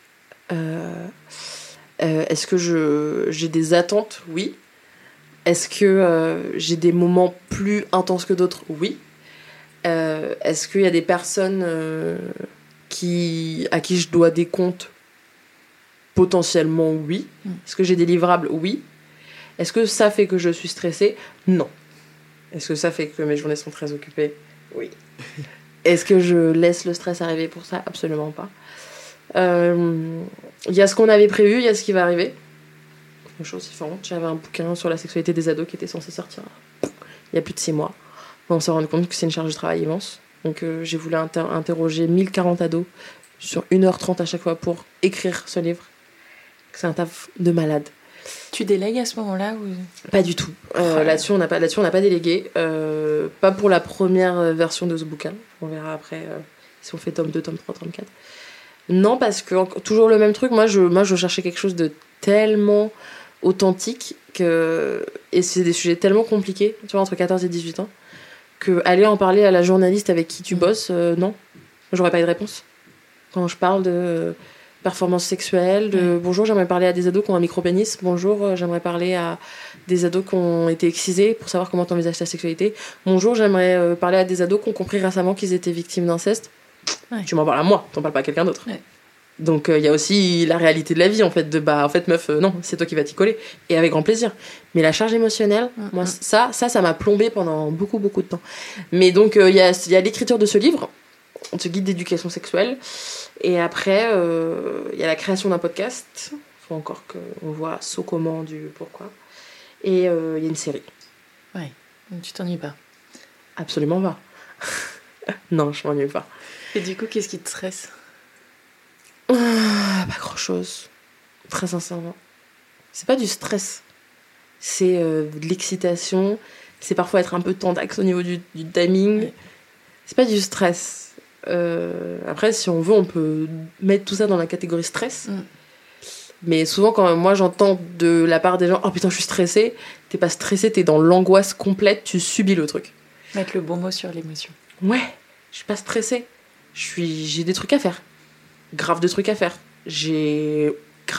[SPEAKER 2] Est-ce que j'ai des attentes? Oui. Est-ce que j'ai des moments plus intenses que d'autres? Oui. Est-ce qu'il y a des personnes à qui je dois des comptes? Potentiellement, oui. Est-ce que j'ai des livrables? Oui. Est-ce que ça fait que je suis stressée? Non. Est-ce que ça fait que mes journées sont très occupées? Oui. Est-ce que je laisse le stress arriver pour ça? Absolument pas. Il y a ce qu'on avait prévu, il y a ce qui va arriver. Une chose différente. J'avais un bouquin sur la sexualité des ados qui était censé sortir il y a plus de 6 mois. On s'est rendu compte que c'est une charge de travail immense. Donc j'ai voulu interroger 1040 ados sur 1h30 à chaque fois pour écrire ce livre. C'est un taf de malade.
[SPEAKER 1] Tu délègues à ce moment-là ou...
[SPEAKER 2] Pas du tout. Là-dessus, on n'a pas délégué. Pas pour la première version de ce bouquin. On verra après si on fait tome 2, tome 3, tome 4. Non, parce que toujours le même truc. Moi, je cherchais quelque chose de tellement authentique et c'est des sujets tellement compliqués, tu vois, entre 14 et 18 ans, que aller en parler à la journaliste avec qui tu bosses, non. J'aurais pas eu de réponse. Quand je parle de performance sexuelle, bonjour, j'aimerais parler à des ados qui ont un micro-pénis, bonjour, j'aimerais parler à des ados qui ont été excisés pour savoir comment t'envisages ta sexualité, bonjour, j'aimerais parler à des ados qui ont compris récemment qu'ils étaient victimes d'inceste.
[SPEAKER 1] Ouais.
[SPEAKER 2] Tu m'en parles à moi, t'en parles pas à quelqu'un d'autre.
[SPEAKER 1] Ouais.
[SPEAKER 2] Donc il y a aussi la réalité de la vie en fait, en fait meuf, non, c'est toi qui vas t'y coller, et avec grand plaisir. Mais la charge émotionnelle, moi ça m'a plombée pendant beaucoup de temps. Mais donc il y a l'écriture de ce livre, ce guide d'éducation sexuelle, et après il y a la création d'un podcast, faut encore qu'on voit comment du pourquoi, et il y a une série.
[SPEAKER 1] Ouais, donc tu t'ennuies pas.
[SPEAKER 2] Absolument pas. Non, je m'ennuie pas.
[SPEAKER 1] Et du coup, qu'est-ce qui te stresse ?
[SPEAKER 2] Pas grand chose, très sincèrement. C'est pas du stress, c'est de l'excitation, c'est parfois être un peu tendax au niveau du timing. Ouais. C'est pas du stress. Après, si on veut, on peut mettre tout ça dans la catégorie stress. Mais souvent, quand moi j'entends de la part des gens, oh putain, je suis stressée, t'es pas stressée, t'es dans l'angoisse complète, tu subis le truc.
[SPEAKER 1] Mettre le bon mot sur l'émotion.
[SPEAKER 2] Ouais, je suis pas stressée, j'ai des trucs à faire. Grave de trucs à faire. J'ai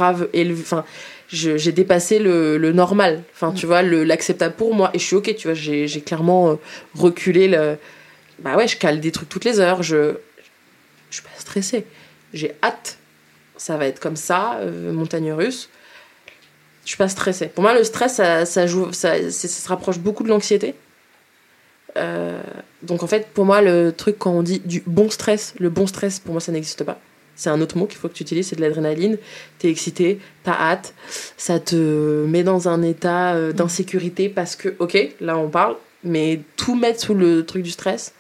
[SPEAKER 2] j'ai dépassé le normal. Enfin, tu vois, l'acceptable pour moi. Et je suis ok, tu vois, j'ai clairement reculé Bah ouais, je cale des trucs toutes les heures. Je suis pas stressée. J'ai hâte. Ça va être comme ça, montagne russe. Je suis pas stressée. Pour moi, le stress, ça se rapproche beaucoup de l'anxiété. Donc en fait, pour moi, le truc, quand on dit du bon stress, le bon stress, pour moi, ça n'existe pas. C'est un autre mot qu'il faut que tu utilises, c'est de l'adrénaline. T'es excité, t'as hâte, ça te met dans un état d'insécurité parce que, ok, là on parle, mais tout mettre sous le truc du stress,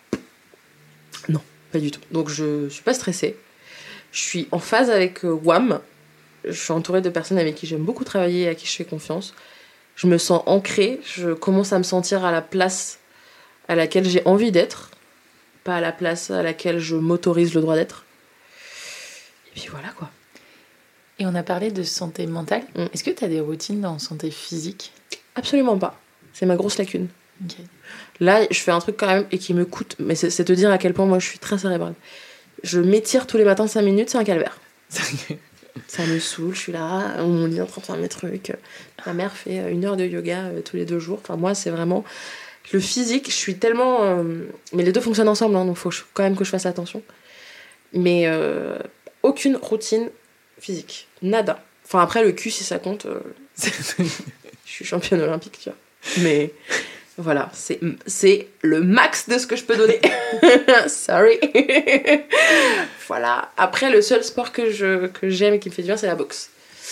[SPEAKER 2] non, pas du tout. Donc je suis pas stressée. Je suis en phase avec WAM. Je suis entourée de personnes avec qui j'aime beaucoup travailler et à qui je fais confiance. Je me sens ancrée, je commence à me sentir à la place à laquelle j'ai envie d'être, pas à la place à laquelle je m'autorise le droit d'être. Et puis voilà quoi.
[SPEAKER 1] Et on a parlé de santé mentale. Est-ce que tu as des routines en santé physique ?
[SPEAKER 2] Absolument pas. C'est ma grosse lacune.
[SPEAKER 1] Okay.
[SPEAKER 2] Là, je fais un truc quand même et qui me coûte, mais c'est te dire à quel point moi je suis très cérébrale. Je m'étire tous les matins 5 minutes, c'est un calvaire. Ça me saoule, je suis là, on est en train de faire mes trucs. Ma mère fait 1 heure de yoga tous les 2 jours. Enfin, moi, c'est vraiment... Le physique, je suis tellement... Mais les deux fonctionnent ensemble, hein, donc il faut quand même que je fasse attention. Mais aucune routine physique. Nada. Enfin, après, le cul, si ça compte, je suis championne olympique, tu vois. Mais voilà, c'est le max de ce que je peux donner. Sorry. Voilà. Après, le seul sport que j'aime et qui me fait du bien, c'est la boxe.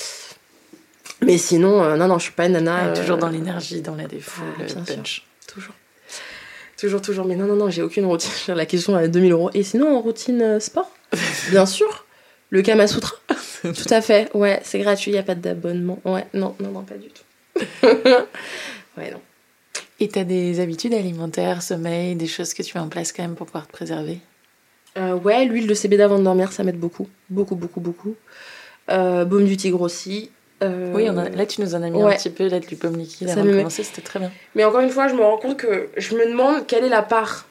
[SPEAKER 2] Mais sinon, non, je suis pas une nana.
[SPEAKER 1] Toujours dans l'énergie, dans la défaut, le punch.
[SPEAKER 2] Toujours. Mais non, j'ai aucune routine. La question à 2 000 €. Et sinon, en routine sport, bien sûr, le Kama Sutra. Tout à fait. Ouais, c'est gratuit, il n'y a pas d'abonnement. Ouais, non, pas du tout. Ouais, non.
[SPEAKER 1] Et t'as des habitudes alimentaires, sommeil, des choses que tu mets en place quand même pour pouvoir te préserver ?
[SPEAKER 2] Ouais, l'huile de CBD avant de dormir, ça m'aide beaucoup. Beaucoup. Baume du tigre aussi.
[SPEAKER 1] Oui, là tu nous en as mis un petit peu, là, du baume liquide avant de commencer, c'était très bien.
[SPEAKER 2] Mais encore une fois, je me rends compte que je me demande quelle est la part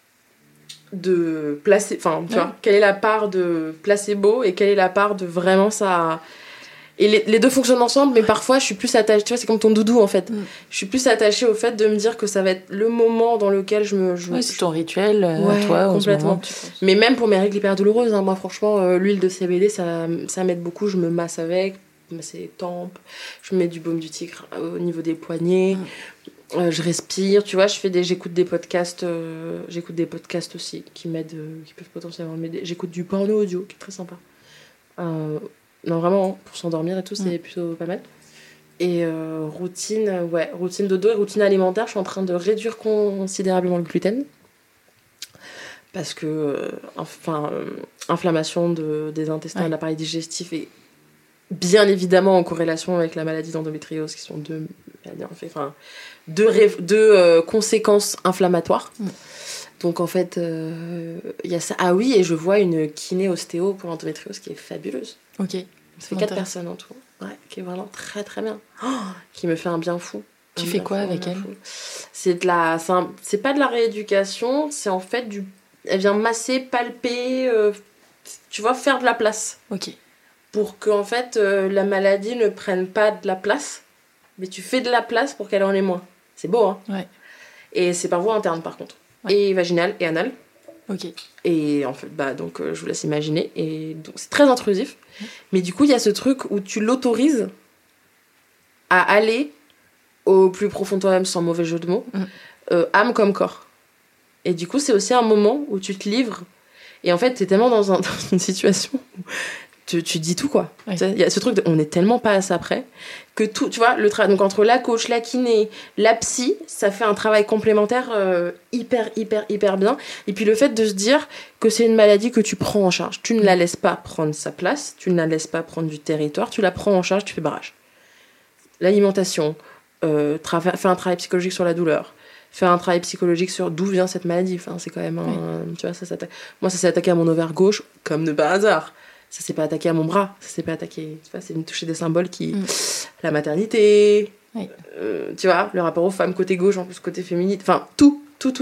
[SPEAKER 2] de quelle est la part de placebo et quelle est la part de vraiment ça. Et les deux fonctionnent ensemble, mais parfois je suis plus attachée, tu vois, c'est comme ton doudou en fait. Je suis plus attachée au fait de me dire que ça va être le moment dans lequel
[SPEAKER 1] c'est ton rituel, toi,
[SPEAKER 2] complètement.
[SPEAKER 1] En ce moment,
[SPEAKER 2] mais même pour mes règles hyper douloureuses, hein, moi franchement, l'huile de CBD, ça m'aide beaucoup, je me masse avec, je me masse les tempes, je mets du baume du tigre au niveau des poignets, je respire, tu vois, j'écoute des podcasts aussi qui m'aident, qui peuvent potentiellement m'aider. J'écoute du porno audio, qui est très sympa. Non, vraiment, pour s'endormir et tout, c'est plutôt pas mal. Et routine dodo et routine alimentaire, je suis en train de réduire considérablement le gluten. Parce que, inflammation des intestins et de l'appareil digestif est bien évidemment en corrélation avec la maladie d'endométriose, qui sont deux conséquences inflammatoires. Donc en fait, il y a ça. Ah oui, et je vois une kiné ostéo pour l'endométriose qui est fabuleuse.
[SPEAKER 1] Ok.
[SPEAKER 2] Ça fait 4 personnes en tout. Ouais, qui est vraiment très très bien. Qui me fait un bien fou.
[SPEAKER 1] Tu fais quoi avec elle ?
[SPEAKER 2] C'est pas de la rééducation, c'est en fait elle vient masser, palper, tu vois, faire de la place.
[SPEAKER 1] Ok.
[SPEAKER 2] Pour que en fait, la maladie ne prenne pas de la place, mais tu fais de la place pour qu'elle en ait moins. C'est beau, hein ?
[SPEAKER 1] Ouais.
[SPEAKER 2] Et c'est par voie interne par contre.
[SPEAKER 1] Ouais.
[SPEAKER 2] Et vaginale et anale.
[SPEAKER 1] Ok.
[SPEAKER 2] Et en fait, donc je vous laisse imaginer. Et donc c'est très intrusif. Mais du coup, il y a ce truc où tu l'autorises à aller au plus profond de toi-même, sans mauvais jeu de mots, âme comme corps. Et du coup, c'est aussi un moment où tu te livres. Et en fait, t'es tellement dans une situation où tu dis tout, quoi.
[SPEAKER 1] Oui.
[SPEAKER 2] Il y a ce truc on est tellement pas à ça près que tout, tu vois, donc entre la coach, la kiné, la psy, ça fait un travail complémentaire hyper bien. Et puis le fait de se dire que c'est une maladie que tu prends en charge. Tu ne la laisses pas prendre sa place, tu ne la laisses pas prendre du territoire, tu la prends en charge, tu fais barrage. L'alimentation, faire un travail psychologique sur la douleur, faire un travail psychologique sur d'où vient cette maladie. Enfin, c'est quand même tu vois, moi, ça s'est attaqué à mon ovaire gauche, comme de par hasard. Ça s'est pas attaqué à mon bras, ça s'est pas attaqué... Tu vois, c'est me toucher des symboles qui... La maternité, tu vois, le rapport aux femmes côté gauche, en plus côté féminine, enfin, tout.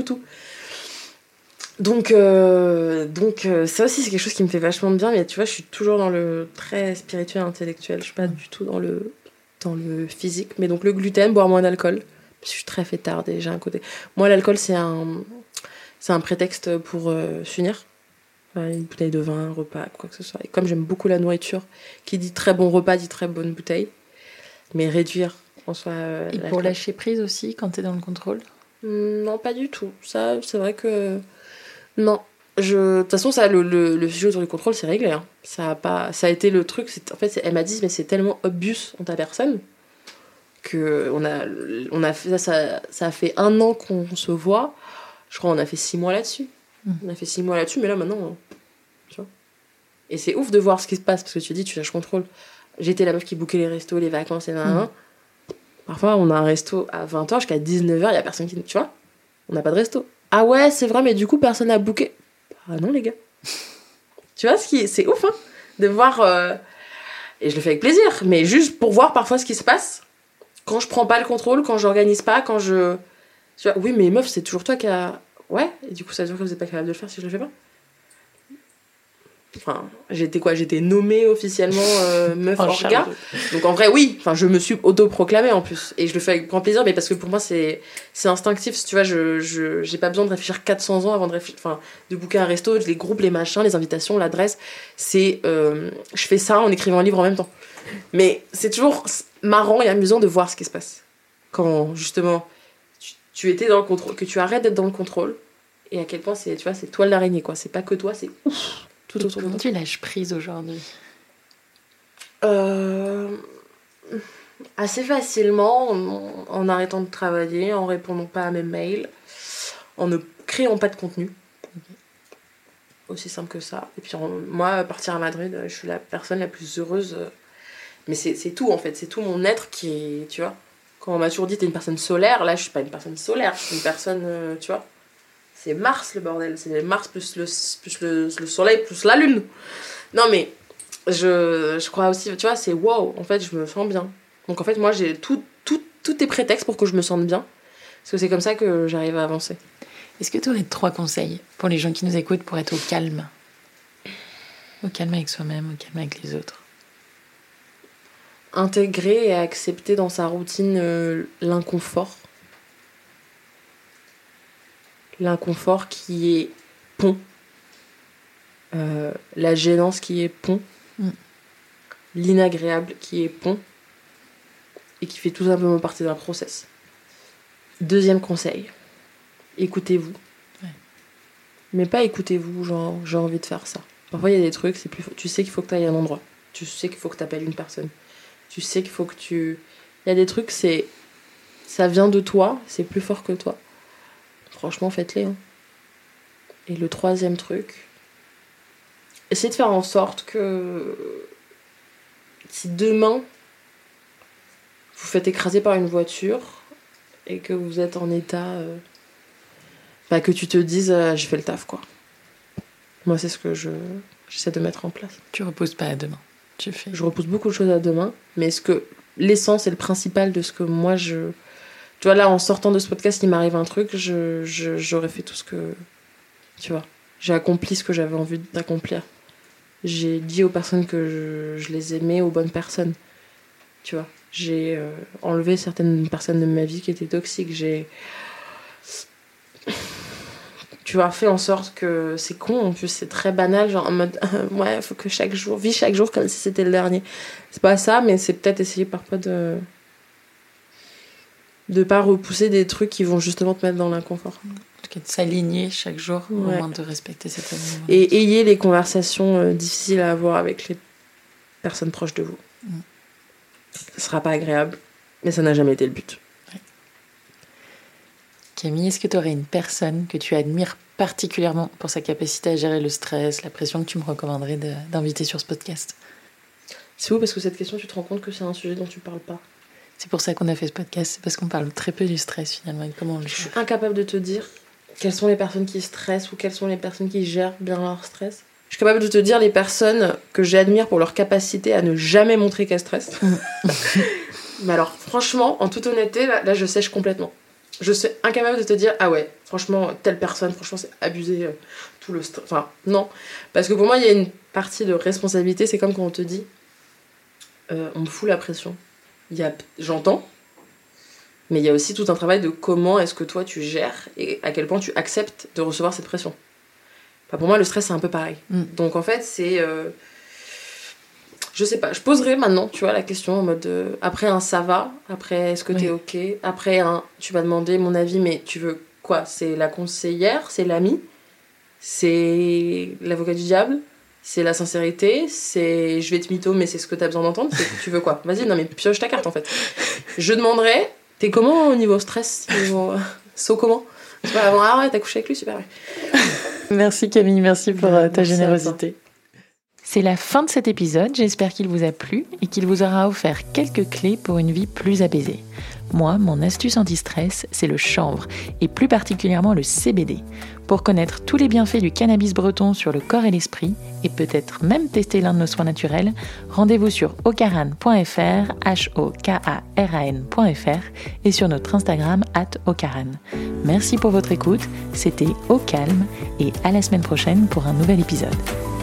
[SPEAKER 2] Donc ça aussi, c'est quelque chose qui me fait vachement de bien, mais tu vois, je suis toujours dans le très spirituel, intellectuel, je suis pas du tout dans le physique, mais donc le gluten, boire moins d'alcool, je suis très fêtarde et j'ai un côté... Moi, l'alcool, c'est un prétexte pour s'unir. Une bouteille de vin, un repas, quoi que ce soit. Et comme j'aime beaucoup la nourriture, qui dit très bon repas, dit très bonne bouteille, mais réduire en soi...
[SPEAKER 1] Et pour lâcher prise aussi, quand t'es dans le contrôle ?
[SPEAKER 2] Non, pas du tout. Ça, c'est vrai que... Non. De toute façon, ça, le sujet autour du contrôle, c'est réglé. Hein. Ça a été le truc... En fait, elle m'a dit, mais c'est tellement obvious en ta personne que on a fait ça a fait 1 an qu'on se voit. Je crois qu'on a fait 6 mois là-dessus. On a fait 6 mois là-dessus, mais là, maintenant... Tu vois. Et c'est ouf de voir ce qui se passe, parce que tu dis, tu lâches contrôle. J'étais la meuf qui bouquait les restos, les vacances, et Parfois, on a un resto à 20h, jusqu'à 19h, il y a personne qui... Tu vois, on n'a pas de resto. Ah ouais, c'est vrai, mais du coup, personne n'a booké. Ah non, les gars. Tu vois, c'est ouf, hein, de voir... Et je le fais avec plaisir, mais juste pour voir parfois ce qui se passe. Quand je prends pas le contrôle, quand j'organise pas, quand je... Tu vois, oui, mais meuf, c'est toujours toi qui a... Ouais, et du coup, ça veut dire que vous n'êtes pas capable de le faire si je le fais pas. Enfin, j'étais nommée officiellement meuf orga. Donc en vrai, oui. Enfin, je me suis autoproclamée en plus. Et je le fais avec grand plaisir, mais parce que pour moi, c'est instinctif. Tu vois, j'ai pas besoin de réfléchir 400 ans avant de booker un resto, les groupes, les machins, les invitations, l'adresse. Je fais ça en écrivant un livre en même temps. Mais c'est toujours marrant et amusant de voir ce qui se passe. Quand, justement, tu étais dans le contrôle, que tu arrêtes d'être dans le contrôle, et à quel point c'est toile d'araignée, quoi. C'est pas que toi, c'est ouf. Tout autour de toi.
[SPEAKER 1] Comment tu lâches prise aujourd'hui ?
[SPEAKER 2] Assez facilement, en arrêtant de travailler, en répondant pas à mes mails, en ne créant pas de contenu. Aussi simple que ça. Et puis moi, partir à Madrid, je suis la personne la plus heureuse. Mais c'est tout, en fait. C'est tout mon être qui est, tu vois. Quand on m'a toujours dit t'es une personne solaire, là je suis pas une personne solaire, je suis une personne, tu vois. C'est Mars le bordel, c'est Mars plus le soleil plus la lune. Non mais je crois aussi, tu vois, c'est wow, en fait je me sens bien. Donc en fait moi j'ai tout est prétexte pour que je me sente bien. Parce que c'est comme ça que j'arrive à avancer.
[SPEAKER 1] Est-ce que tu aurais 3 conseils pour les gens qui nous écoutent pour être au calme ? Au calme avec soi-même, au calme avec les autres.
[SPEAKER 2] Intégrer et accepter dans sa routine l'inconfort. L'inconfort qui est pont. La gênance qui est pont. L'inagréable qui est pont. Et qui fait tout simplement partie d'un process. 2e conseil. Écoutez-vous.
[SPEAKER 1] Ouais.
[SPEAKER 2] Mais pas écoutez-vous, genre j'ai envie de faire ça. Parfois il y a des trucs, tu sais qu'il faut que tu ailles à un endroit. Tu sais qu'il faut que tu appelles une personne. Tu sais qu'il faut que tu... Il y a des trucs, ça vient de toi, c'est plus fort que toi. Franchement, faites-les. Hein. Et le 3e truc, essayez de faire en sorte que si demain vous faites écraser par une voiture et que vous êtes en état... que tu te dises j'ai fait le taf, quoi. Moi, c'est ce que j'essaie de mettre en place.
[SPEAKER 1] Tu reposes pas à demain.
[SPEAKER 2] Je repose beaucoup de choses à demain, mais l'essence et le principal de ce que moi tu vois, là en sortant de ce podcast il m'arrive un truc, j'aurais fait tout ce que, tu vois, j'ai accompli ce que j'avais envie d'accomplir, j'ai dit aux personnes que je les aimais, aux bonnes personnes, tu vois, j'ai enlevé certaines personnes de ma vie qui étaient toxiques, Tu vois, fais en sorte que c'est con, en plus c'est très banal, genre en mode ouais, faut que vis chaque jour comme si c'était le dernier. C'est pas ça, mais c'est peut-être essayer parfois de pas repousser des trucs qui vont justement te mettre dans l'inconfort.
[SPEAKER 1] En tout cas, de s'aligner chaque jour, au moins de respecter cet alignement.
[SPEAKER 2] Et ayez les conversations difficiles à avoir avec les personnes proches de vous. Ça sera pas agréable, mais ça n'a jamais été le but.
[SPEAKER 1] Camille, est-ce que tu aurais une personne que tu admires particulièrement pour sa capacité à gérer le stress, la pression, que tu me recommanderais d'inviter sur ce podcast?
[SPEAKER 2] C'est fou parce que cette question, tu te rends compte que c'est un sujet dont tu parles pas.
[SPEAKER 1] C'est pour ça qu'on a fait ce podcast, c'est parce qu'on parle très peu du stress finalement et comment on le gère.
[SPEAKER 2] Je suis incapable de te dire quelles sont les personnes qui stressent ou quelles sont les personnes qui gèrent bien leur stress. Je suis capable de te dire les personnes que j'admire pour leur capacité à ne jamais montrer qu'elles stressent. Mais alors, franchement, en toute honnêteté, là je sèche complètement. Je suis incapable de te dire, ah ouais, franchement, telle personne, franchement, c'est abusé, tout le stress. Enfin, non. Parce que pour moi, il y a une partie de responsabilité, c'est comme quand on te dit, on me fout la pression. J'entends, mais il y a aussi tout un travail de comment est-ce que toi tu gères et à quel point tu acceptes de recevoir cette pression. Enfin, pour moi, le stress, c'est un peu pareil. Donc en fait, c'est... je sais pas, je poserai maintenant, tu vois, la question en mode après un ça va, après est-ce que t'es ok, après un tu m'as demandé mon avis, mais tu veux quoi? C'est la conseillère, c'est l'amie, c'est l'avocat du diable, c'est la sincérité, c'est je vais te mytho, mais c'est ce que t'as besoin d'entendre, tu veux quoi? Vas-y, non mais pioche ta carte en fait. Je demanderai, t'es comment au niveau stress, niveau saut comment? Tu vois, avant, ah ouais, t'as couché avec lui, super. Ouais.
[SPEAKER 1] Merci Camille, merci pour ta générosité. C'est la fin de cet épisode, j'espère qu'il vous a plu et qu'il vous aura offert quelques clés pour une vie plus apaisée. Moi, mon astuce anti-stress, c'est le chanvre, et plus particulièrement le CBD. Pour connaître tous les bienfaits du cannabis breton sur le corps et l'esprit, et peut-être même tester l'un de nos soins naturels, rendez-vous sur ocaran.fr, HOKARAN.fr, et sur notre Instagram @ocaran. Merci pour votre écoute, c'était Au Calme, et à la semaine prochaine pour un nouvel épisode.